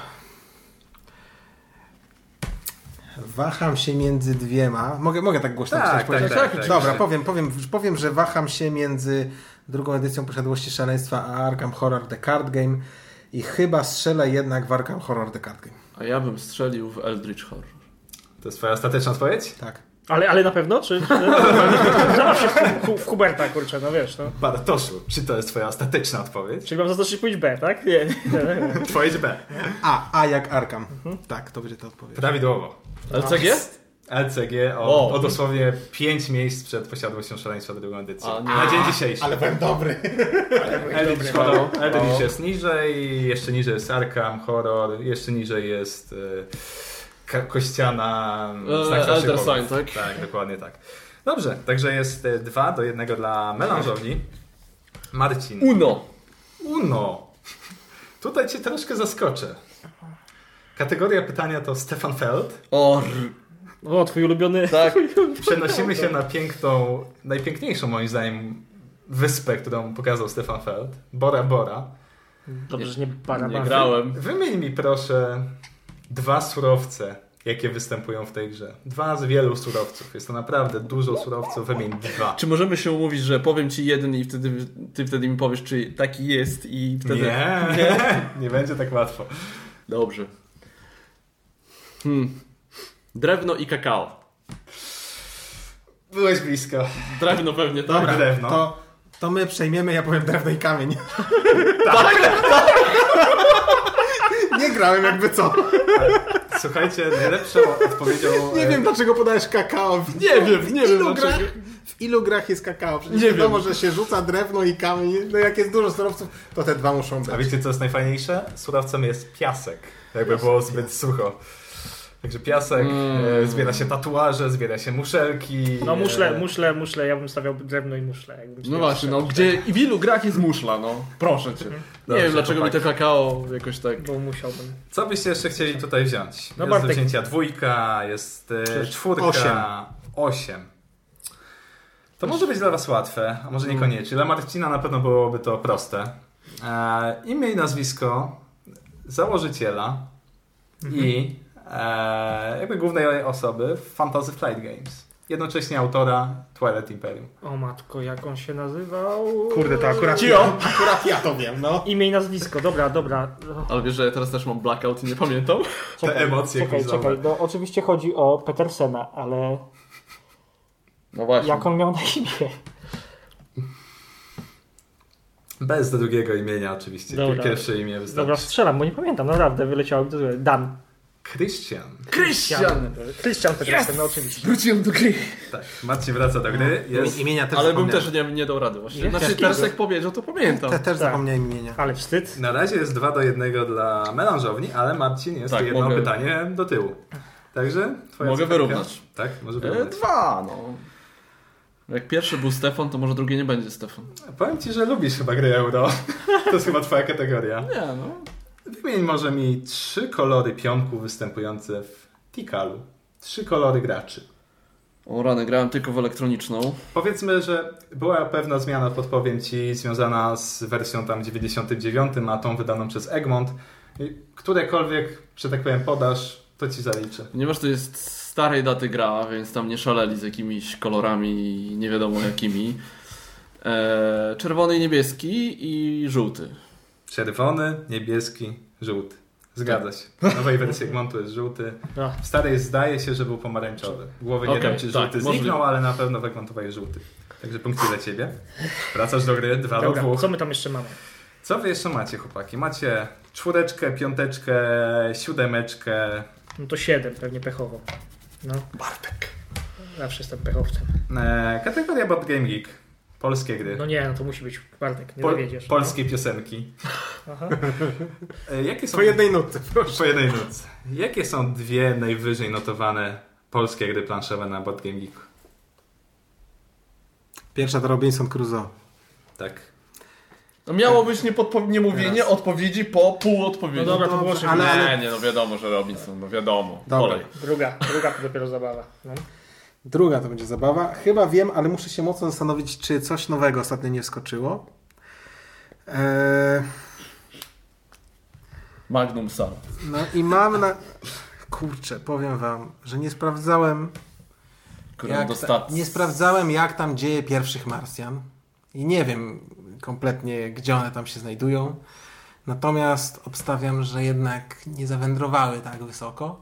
Waham się między 2. Mogę tak głośno powiedzieć? Tak. Dobra, powiem, że waham się między drugą edycją Posiadłości Szaleństwa, a Arkham Horror The Card Game i chyba strzelę jednak w Arkham Horror The Card Game. A ja bym strzelił w Eldritch Horror. To jest twoja ostateczna odpowiedź? Tak. Ale na pewno? Czy w Huberta, kurczę, no wiesz. No. Bartoszu, czy to jest twoja ostateczna odpowiedź? Czyli mam zaznaczyć powiedzieć B, tak? Nie. Twoje B. A jak Arkham. Tak, to będzie to odpowiedź. Prawidłowo. LCG? LCG o dosłownie 5 miejsc przed Posiadłością Szaleństwa drugą edycją. Na dzień dzisiejszy. Ale byłem dobry. Eldritch jest niżej, jeszcze niżej jest Arkham Horror, jeszcze niżej jest kościana znak Elder Sign, tak? Tak, dokładnie tak. Dobrze, także jest 2-1 dla melanżowni. Marcin. Uno. Tutaj cię troszkę zaskoczę. Kategoria pytania to Stefan Feld. O, twój ulubiony. Tak. Przenosimy się na piękną, najpiękniejszą moim zdaniem wyspę, którą pokazał Stefan Feld. Bora Bora. Dobrze, że nie Bora. Nie grałem. Wymień mi proszę 2 surowce, jakie występują w tej grze. 2 z wielu surowców. Jest to naprawdę dużo surowców. Wymień 2. Czy możemy się umówić, że powiem ci jeden i ty wtedy mi powiesz, czy taki jest i wtedy... Nie będzie tak łatwo. Dobrze. Drewno i kakao. Byłeś blisko. Drewno pewnie, tak? Dobra, Drewno. to my przejmiemy, ja powiem drewno i kamień. Nie grałem jakby co. Słuchajcie, najlepszą odpowiedzią... Nie wiem dlaczego podajesz kakao. Nie wiem dlaczego. W ilu grach jest kakao? Przecież Nie wiadomo, wiem. że się rzuca drewno i kamień. No jak jest dużo surowców, to te 2 muszą być. A wiecie co jest najfajniejsze? Surowcem jest piasek. Jakby było zbyt sucho. Także piasek, zbiera się tatuaże, zbiera się muszelki. No muszle, ja bym stawiał drewno i muszle. No właśnie, no gdzie i w ilu grach jest muszla, no. Proszę cię. Nie wiem dlaczego mi to kakao jakoś tak... Bo musiałbym. Co byście jeszcze chcieli tutaj wziąć? No jest Bartek. do wzięcia 2, jest 4, 8. To może być dla was łatwe, a może niekoniecznie. Dla Marcina na pewno byłoby to proste. Imię i nazwisko założyciela i jakby głównej osoby w Fantasy Flight Games. Jednocześnie autora Twilight Imperium. O matko, jak on się nazywał? Kurde, to akurat ja to wiem, no. Imię i nazwisko, dobra. Ale wiesz, że ja teraz też mam blackout i nie pamiętam? Te emocje Czekaj, bo oczywiście chodzi o Petersena, ale No właśnie. jak on miał na imię? Bez drugiego imienia oczywiście. Dobra. Pierwsze imię wystarczy. Dobra, strzelam, bo nie pamiętam, naprawdę, wyleciało mi to złe. Dan. Christian Petersen, no oczywiście. Wróciłem do gry. Tak, Marcin wraca do gry. Jest... Imienia też Ale bym zapomniałem. też nie dał rady właśnie. Nie? Znaczy teraz jak powiedział, to pamiętam. Też zapomniałem imienia. Ale wstyd. Na razie jest 2-1 dla melanżowni, ale Marcin jest Tak, jedno mogę- pytanie do tyłu. Także twoja Mogę cyferka. wyrównać. Tak, może wyrównać. 2, no. Jak pierwszy był Stefan, to może drugi nie będzie Stefan. Powiem ci, że lubisz chyba gry euro. To jest chyba twoja kategoria. Nie, no. Wymień może mi 3 kolory pionków występujące w Tikalu. 3 kolory graczy. O rany, grałem tylko w elektroniczną. Powiedzmy, że była pewna zmiana, podpowiem ci, związana z wersją tam 99, a tą wydaną przez Egmont. Którekolwiek, że tak powiem, podasz, to ci zaliczę. Ponieważ to jest starej daty gra, więc tam nie szaleli z jakimiś kolorami nie wiadomo jakimi. Czerwony i niebieski i żółty. Czerwony, niebieski, żółty. Zgadza się. W nowej wersji Egmontu jest żółty. W starej zdaje się, że był pomarańczowy. Głowy nie dam ci, że żółty zniknął, ale na pewno w Egmontowej jest żółty. Także punkty dla ciebie. Wracasz do gry, 2-2. Co my tam jeszcze mamy? Co wy jeszcze macie, chłopaki? Macie 4, 5, 7. No to 7, pewnie pechowo. No. Bartek. Zawsze jestem pechowcem. Kategoria Board Game Geek. Polskie gry. No nie, no to musi być Bartek, nie dowiedziesz. Polskie piosenki. Aha. Jakie są... Po jednej nutce, proszę. Po jednej nutce. Jakie są 2 najwyżej notowane polskie gry planszowe na Board Game Geek? Pierwsza to Robinson Crusoe. Tak. No miało być nie mówienie odpowiedzi po pół odpowiedzi. No dobra, to było szybko. Nie, no wiadomo, że Robinson, no wiadomo. Dobra. Kolej. Druga to dopiero zabawa. No. Druga to będzie zabawa. Chyba wiem, ale muszę się mocno zastanowić, czy coś nowego ostatnio nie wskoczyło. Magnum Sal. No i mam na... Kurczę, powiem wam, że nie sprawdzałem nie sprawdzałem jak tam dzieje pierwszych Marsjan. I nie wiem, kompletnie, gdzie one tam się znajdują. Natomiast obstawiam, że jednak nie zawędrowały tak wysoko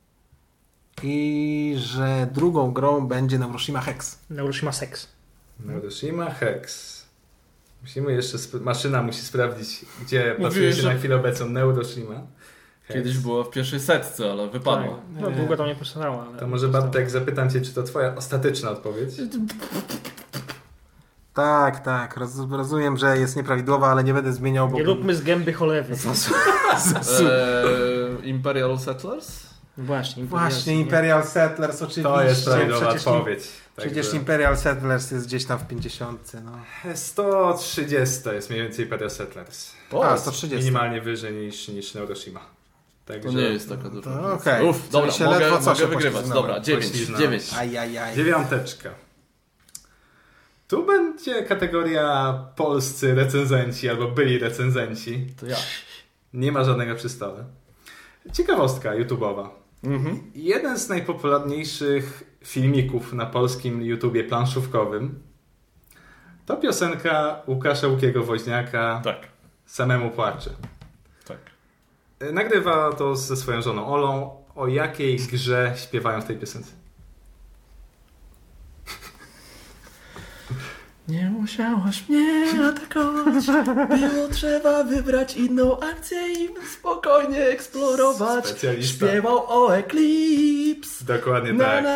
i że drugą grą będzie Neuroshima Hex. Neuroshima Sex. Neuroshima Hex. Musimy jeszcze, maszyna musi sprawdzić, gdzie pasuje się na chwilę obecną Neuroshima Hex. Kiedyś było w pierwszej setce, ale wypadło. Tak. No długo to nie posłuchało. To może Bartek zapytam cię, czy to twoja ostateczna odpowiedź? Tak. Rozumiem, że jest nieprawidłowa, ale nie będę zmieniał, bo... Nie róbmy z gęby cholewy. Imperial Settlers? Właśnie Imperial Settlers oczywiście. To jest prawidłowa odpowiedź. Przecież Imperial Settlers jest gdzieś tam w 50. No. 130 jest mniej więcej Imperial Settlers. 130. Minimalnie wyżej niż Neuroshima. To nie jest taka duża. Okej. Dobra, mogę wygrywać. Dobra, 9. 9. Tu będzie kategoria polscy recenzenci albo byli recenzenci. To ja. Nie ma żadnego przy stole. Ciekawostka YouTube'owa. Jeden z najpopularniejszych filmików na polskim YouTubie planszówkowym to piosenka Łukasza Łukiego-Woźniaka Tak. Samemu płacze. Tak. Nagrywa to ze swoją żoną Olą. O jakiej grze śpiewają w tej piosence? Nie musiałaś mnie atakować, było trzeba wybrać inną akcję i spokojnie eksplorować. Specjalista. Śpiewał o Eclipse. Dokładnie na, tak.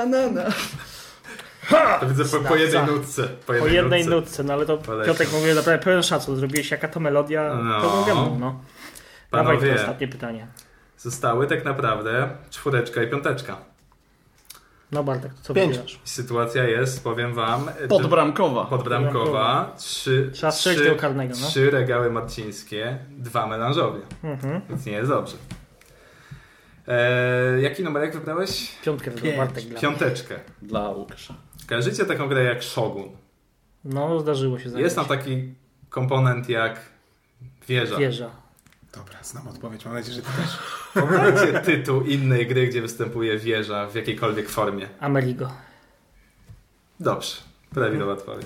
Na. To widzę po jednej nutce. Po jednej nutce, no ale to Piotrek mówię naprawdę pełen szacun. Zrobiłeś jaka to melodia, to wiadomo, no. Dawaj to ostatnie pytanie. Zostały tak naprawdę 4 i 5. No Bartek, co 5. wybierasz? Sytuacja jest, powiem wam... Podbramkowa. 3 Trzeba strzelić tego karnego, no. 3 regały marcińskie, 2 melanżowie. Więc nie jest dobrze. Jaki numerek wybrałeś? 5 wybrał Bartek. 5. Dla Łukasza. Kojarzycie taką grę jak Shogun? No, zdarzyło się zagrać. Jest tam taki komponent jak wieża. Dobra, znam odpowiedź, mam nadzieję, że ty też. Podajcie tytuł innej gry, gdzie występuje wieża w jakiejkolwiek formie. Amerigo. Dobrze, prawidłowa odpowiedź.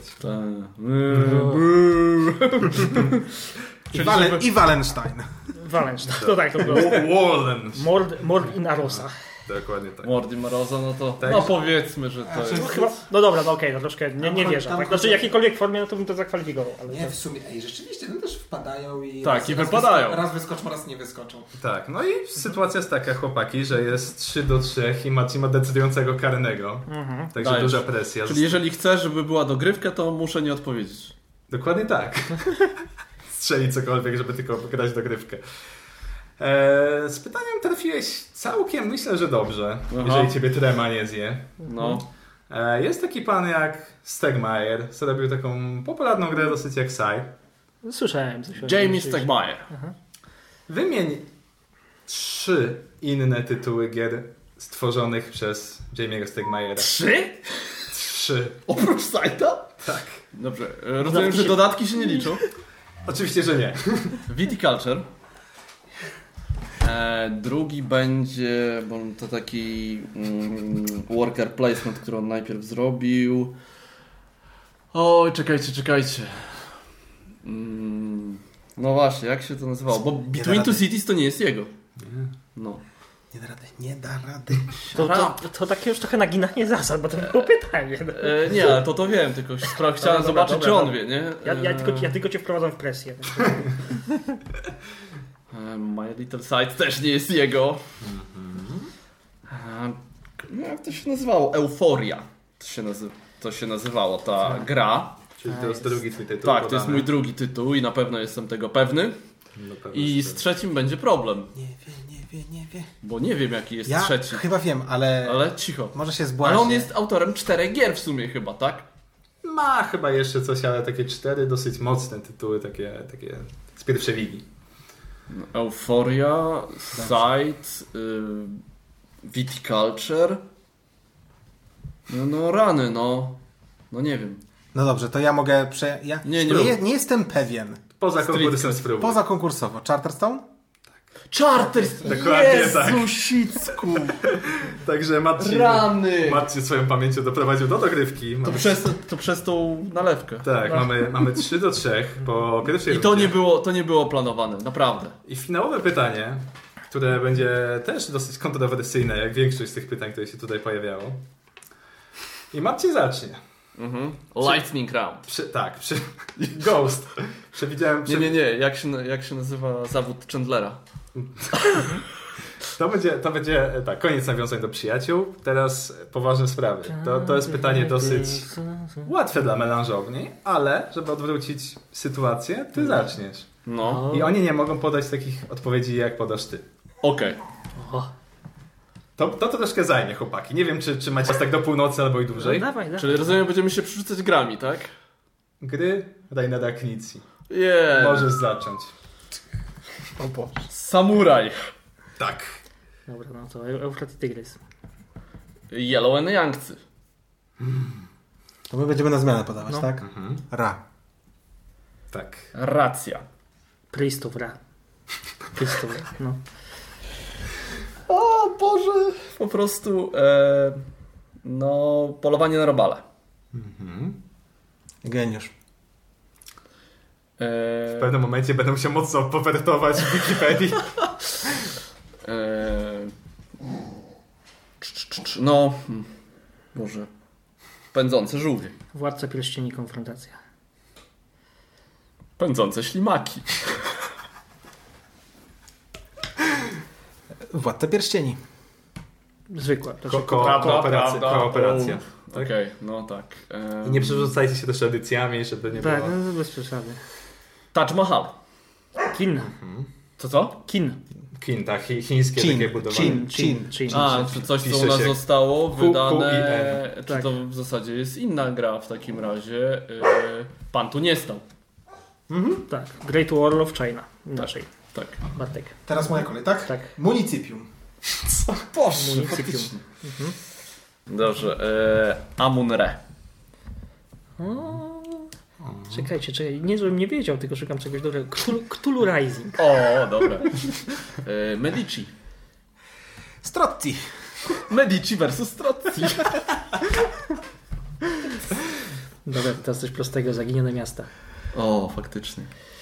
I Wallenstein. Wallenstein, to tak to było. Mord in Arosa. Dokładnie tak. Mordi Maroza, no to Tak. no powiedzmy, że to jest... Chyba, no dobra, no okej, no troszkę nie wierzę. Tak? Znaczy w jakiejkolwiek formie, no to bym to zakwalifikował. Ale Nie, w sumie, rzeczywiście, no też wpadają i... Tak, i wypadają. Raz wyskoczą, raz nie wyskoczą. Tak, no i sytuacja jest taka, chłopaki, że jest 3-3 i Maciej ma decydującego karnego. Także Dajesz. duża presja. Czyli jeżeli chcesz, żeby była dogrywka, to muszę nie odpowiedzieć. Dokładnie tak. Strzeli cokolwiek, żeby tylko grać dogrywkę. Z pytaniem trafiłeś całkiem, myślę, że dobrze, jeżeli ciebie trema nie zje. No. Jest taki pan jak Stegmaier, zrobił taką popularną grę dosyć jak Sai. Słyszałem coś o tym. Jamie Stegmaier. Wymień 3 inne tytuły gier stworzonych przez Jamie'ego Stegmaiera. 3? Oprócz Saita? Tak. Dobrze. Rozumiem, że dodatki się nie liczą. Oczywiście, że nie. Viticulture. Drugi będzie, bo to taki worker placement, który on najpierw zrobił. Oj, czekajcie. No właśnie, jak się to nazywało? Bo Between Two Cities to nie jest jego. No. Nie da rady. To takie już trochę naginanie zasad, bo to było pytanie. No. Nie, ale to wiem, tylko chciałem zobaczyć, czy on wie, nie? Ja tylko cię wprowadzam w presję. My Little Sight też nie jest jego. Jak to się nazywało? Euforia. To się nazywało ta gra. Czyli to jest drugi twój tytuł. Tak, to jest mój drugi tytuł i na pewno jestem tego pewny. I z trzecim będzie problem. Nie wie. Bo nie wiem, jaki jest ja trzeci. Chyba wiem, ale cicho. Może się zbłaźnię. Ale on jest autorem 4 gier w sumie chyba, tak? Ma chyba jeszcze coś, ale takie 4 dosyć mocne tytuły, takie z pierwszej ligi. Euphoria, Sight, Viticulture. No rany, no nie wiem. No dobrze, to ja mogę... Nie jestem pewien. Poza konkursem spróbuj. Poza konkursowo. Charterstone? Charters! Dokładnie tak. Jezusicku! Także Marcin swoją pamięcią doprowadził do dogrywki. To przez tą nalewkę. Tak, mamy 3-3 po pierwszej I to nie było planowane, naprawdę. I finałowe pytanie, które będzie też dosyć kontrowersyjne, jak większość z tych pytań, które się tutaj pojawiało. I Marcin zacznie. Lightning round. Ghost. Przewidziałem... Nie. Jak się nazywa zawód Chandlera? To będzie tak, koniec nawiązań do przyjaciół. Teraz poważne sprawy. To jest pytanie dosyć łatwe dla melanżowni, ale żeby odwrócić sytuację, ty zaczniesz. No. I oni nie mogą podać takich odpowiedzi, jak podasz ty. Okej. To troszkę zajmie, chłopaki. Nie wiem, czy macie tak do północy albo i dłużej. No, dawaj. Czyli rozumiem, będziemy się przerzucać grami, tak? Gry Rainera Knizzi. Yeah. Możesz zacząć. O Boże. Samuraj. Tak. Dobra, no to Eufrat i Tygrys. Yellow and Yangtzy. To my będziemy na zmianę podawać, No. tak? Ra. Tak. Racja. Pristów Ra. No. O Boże. Po prostu polowanie na robale. Geniusz. W pewnym momencie będę musiał mocno powertować w Wikipedii. Może pędzące żółwie. Władca Pierścieni konfrontacja. Pędzące ślimaki. Władca Pierścieni. Zwykła. Kooperacja. Tak? Okej, no tak. I nie przerzucajcie się też edycjami, żeby nie Tak, było... no bez przesady. Taj Mahal. Kin. Co? Kin. Kin, tak, chińskie takie budowanie. Chin. Czy coś, co u nas zostało wydane, czy to w zasadzie jest inna gra w takim razie. Pan tu nie stał. Tak. Great Wall of China. Naszej. Tak. Bartek. Teraz moja kolej, tak? Tak. Municipium. Municipium. Dobrze. Amun-Re. Czekajcie. Nie, żebym nie wiedział, tylko szukam czegoś dobrego. Cthulhu Rising. O, dobra. Medici. Strozzi. Medici versus Strozzi. Dobra, teraz coś prostego. Zaginione miasta. O, faktycznie.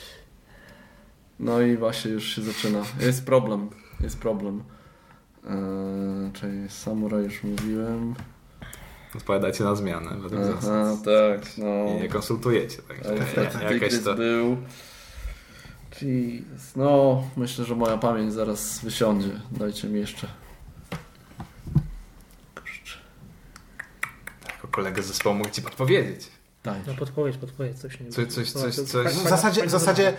No i właśnie już się zaczyna. Jest problem. Czyli Samuraj już mówiłem. Odpowiadacie na zmianę. Tak, no. I nie konsultujecie. Tygrys był. Jesus. No, myślę, że moja pamięć zaraz wysiądzie. Dajcie mi jeszcze. Kurczę. Jako kolega z zespołu mógł ci podpowiedzieć. Daj. No podpowiedź. Coś. W zasadzie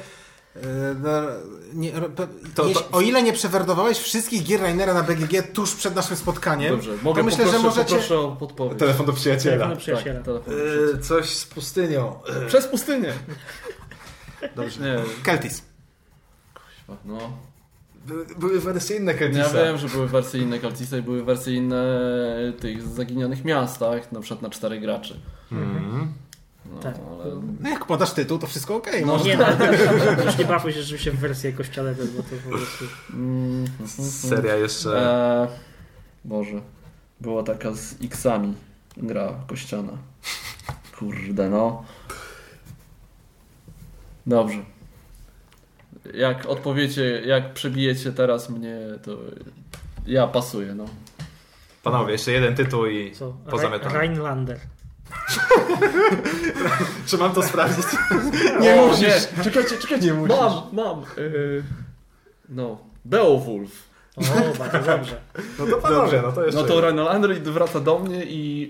o ile nie przewerdowałeś wszystkich gier Rainera na BGG tuż przed naszym spotkaniem, dobrze, mogę, to myślę, że możecie... Poproszę o podpowiedź. Telefon do przyjaciela. Coś z pustynią. Przez pustynię. Dobrze. Nie. Keltis. No. Były wersje inne Keltisa. Ja wiem, że były wersje inne Keltisa i były wersje inne tych zaginionych miast, tak? Na przykład na 4 graczy. No, tak. Ale... No jak podasz tytuł, to wszystko okej. No nie, już nie bawię się rzeczywiście w wersję kościelewą, bo to po prostu... Seria jeszcze... Boże. Była taka z X-ami gra kościana. Kurde, no. Dobrze. Jak odpowiecie, jak przebijecie teraz mnie, to ja pasuję, no. Panowie, jeszcze jeden tytuł i pozamiatamy. Rhinelander. Czy mam to sprawdzić? Nie musisz. Nie. Czekajcie. Nie musisz. Mam. No. Beowulf. O, bardzo dobrze. No to panowie, no to jeszcze. No to Rhinelander wraca do mnie i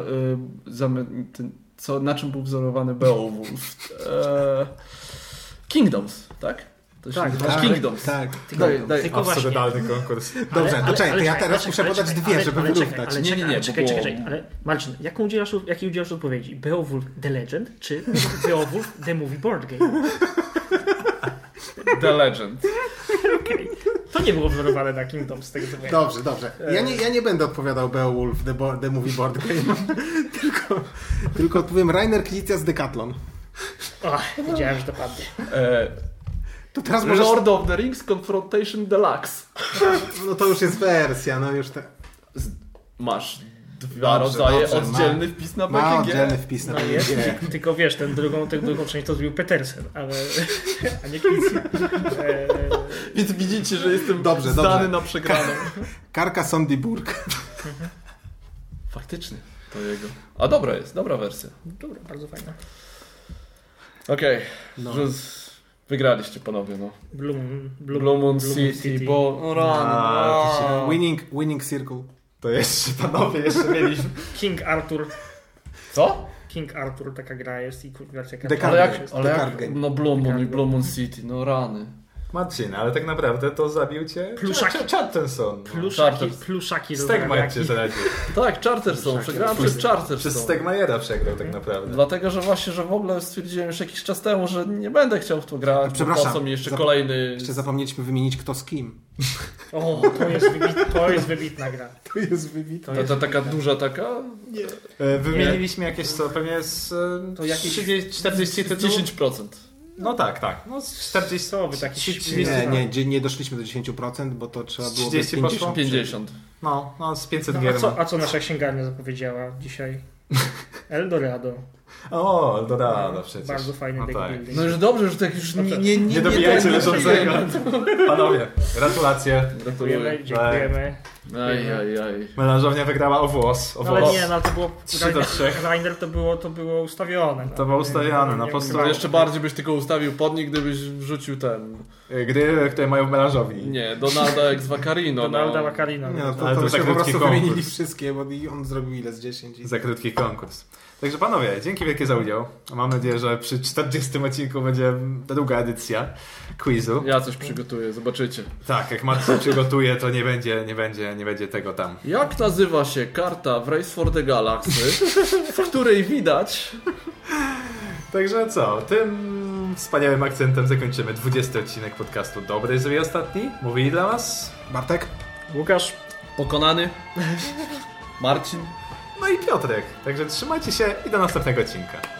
na czym był wzorowany Beowulf? Kingdoms, tak? Kingdoms. Tak. Tylko absurdalny konkurs. Dobrze, to czekaj, ja teraz muszę podać dwie, żeby wyrównać. Czekaj, ale Marcin, jaki udzielasz odpowiedzi? Beowulf The Legend, czy Beowulf The Movie Board Game? The Legend. Okay. To nie było wzorowane na Kingdoms z tego co wiem. Dobrze. Ja nie będę odpowiadał Beowulf The Movie Board Game. tylko odpowiem Rainer Knizia z Decathlon. Wiedziałem, że to padnie. To teraz możesz... Lord of the Rings Confrontation Deluxe. No to już jest wersja, no już te... Masz dwa rodzaje, oddzielny wpis na BGG. Oddzielny wpis na BGG. Jest, tylko wiesz, tę drugą część to zrobił Petersen, ale a nie Klicy. Więc widzicie, że jestem zdany na przegraną. Carcassonne-Burg. Faktycznie, to jego. A dobra jest, dobra wersja. Dobra, bardzo fajna. Okej, wygraliście panowie, no. Blue Moon City, bo Winning Circle. To jeszcze, panowie, jeszcze mieliśmy. King Arthur. Co? King Arthur, taka gra jest i wersja ale jak no Blue Moon i Blue Moon City, no rany. Marcin, ale tak naprawdę to zabił cię Charterstone. Pluszaki. Stegmaier cię zaradził. Tak, Charterstone. Przegrałem przez Charterstone. Przez Stegmaiera przegrał tak naprawdę. Dlatego, że właśnie, że w ogóle stwierdziłem już jakiś czas temu, że nie będę chciał w to grać. Przepraszam. Po co mi jeszcze kolejny... Jeszcze zapomnieliśmy wymienić kto z kim. O, to jest wybitna gra. To jest wybitna. To taka duża taka? Nie. Wymieniliśmy jakieś co, pewnie z to jakieś 40 tytułów? 10%. No tak. No 40 nie doszliśmy do 10%, bo to trzeba było 50. No z 500 gier. A co nasza księgarnia zapowiedziała dzisiaj? Eldorado. O, Eldorado przecież. Bardzo fajny deck building. No już dobrze, że tak już nie dobijajcie leżącego. Panowie, gratulacje. Dziękujemy. Aj. Melanżownia wygrała o włos. Ale nie, no to było... Rainer to było ustawione. To było ustawione. No, po prostu jeszcze bardziej byś tylko ustawił podnik, gdybyś wrzucił ten... Gry, które mają w melanżowni. Nie, Donalda Ex Vaccarino. Donalda Vaccarino. Nie, to byśmy po prostu wymienili wszystkie, bo on zrobił ile z 10. Za krótki konkurs. Także panowie, dzięki wielkie za udział. Mam nadzieję, że przy 40 odcinku będzie druga edycja quizu. Ja coś przygotuję, zobaczycie. Tak, jak Marcin przygotuje, to nie będzie tego tam. Jak nazywa się karta w Race for the Galaxy, w której widać... Także co, tym wspaniałym akcentem zakończymy 20 odcinek podcastu Dobry Zły Ostatni. Mówili dla was Bartek, Łukasz, Pokonany, Marcin. No i Piotrek. Także trzymajcie się i do następnego odcinka.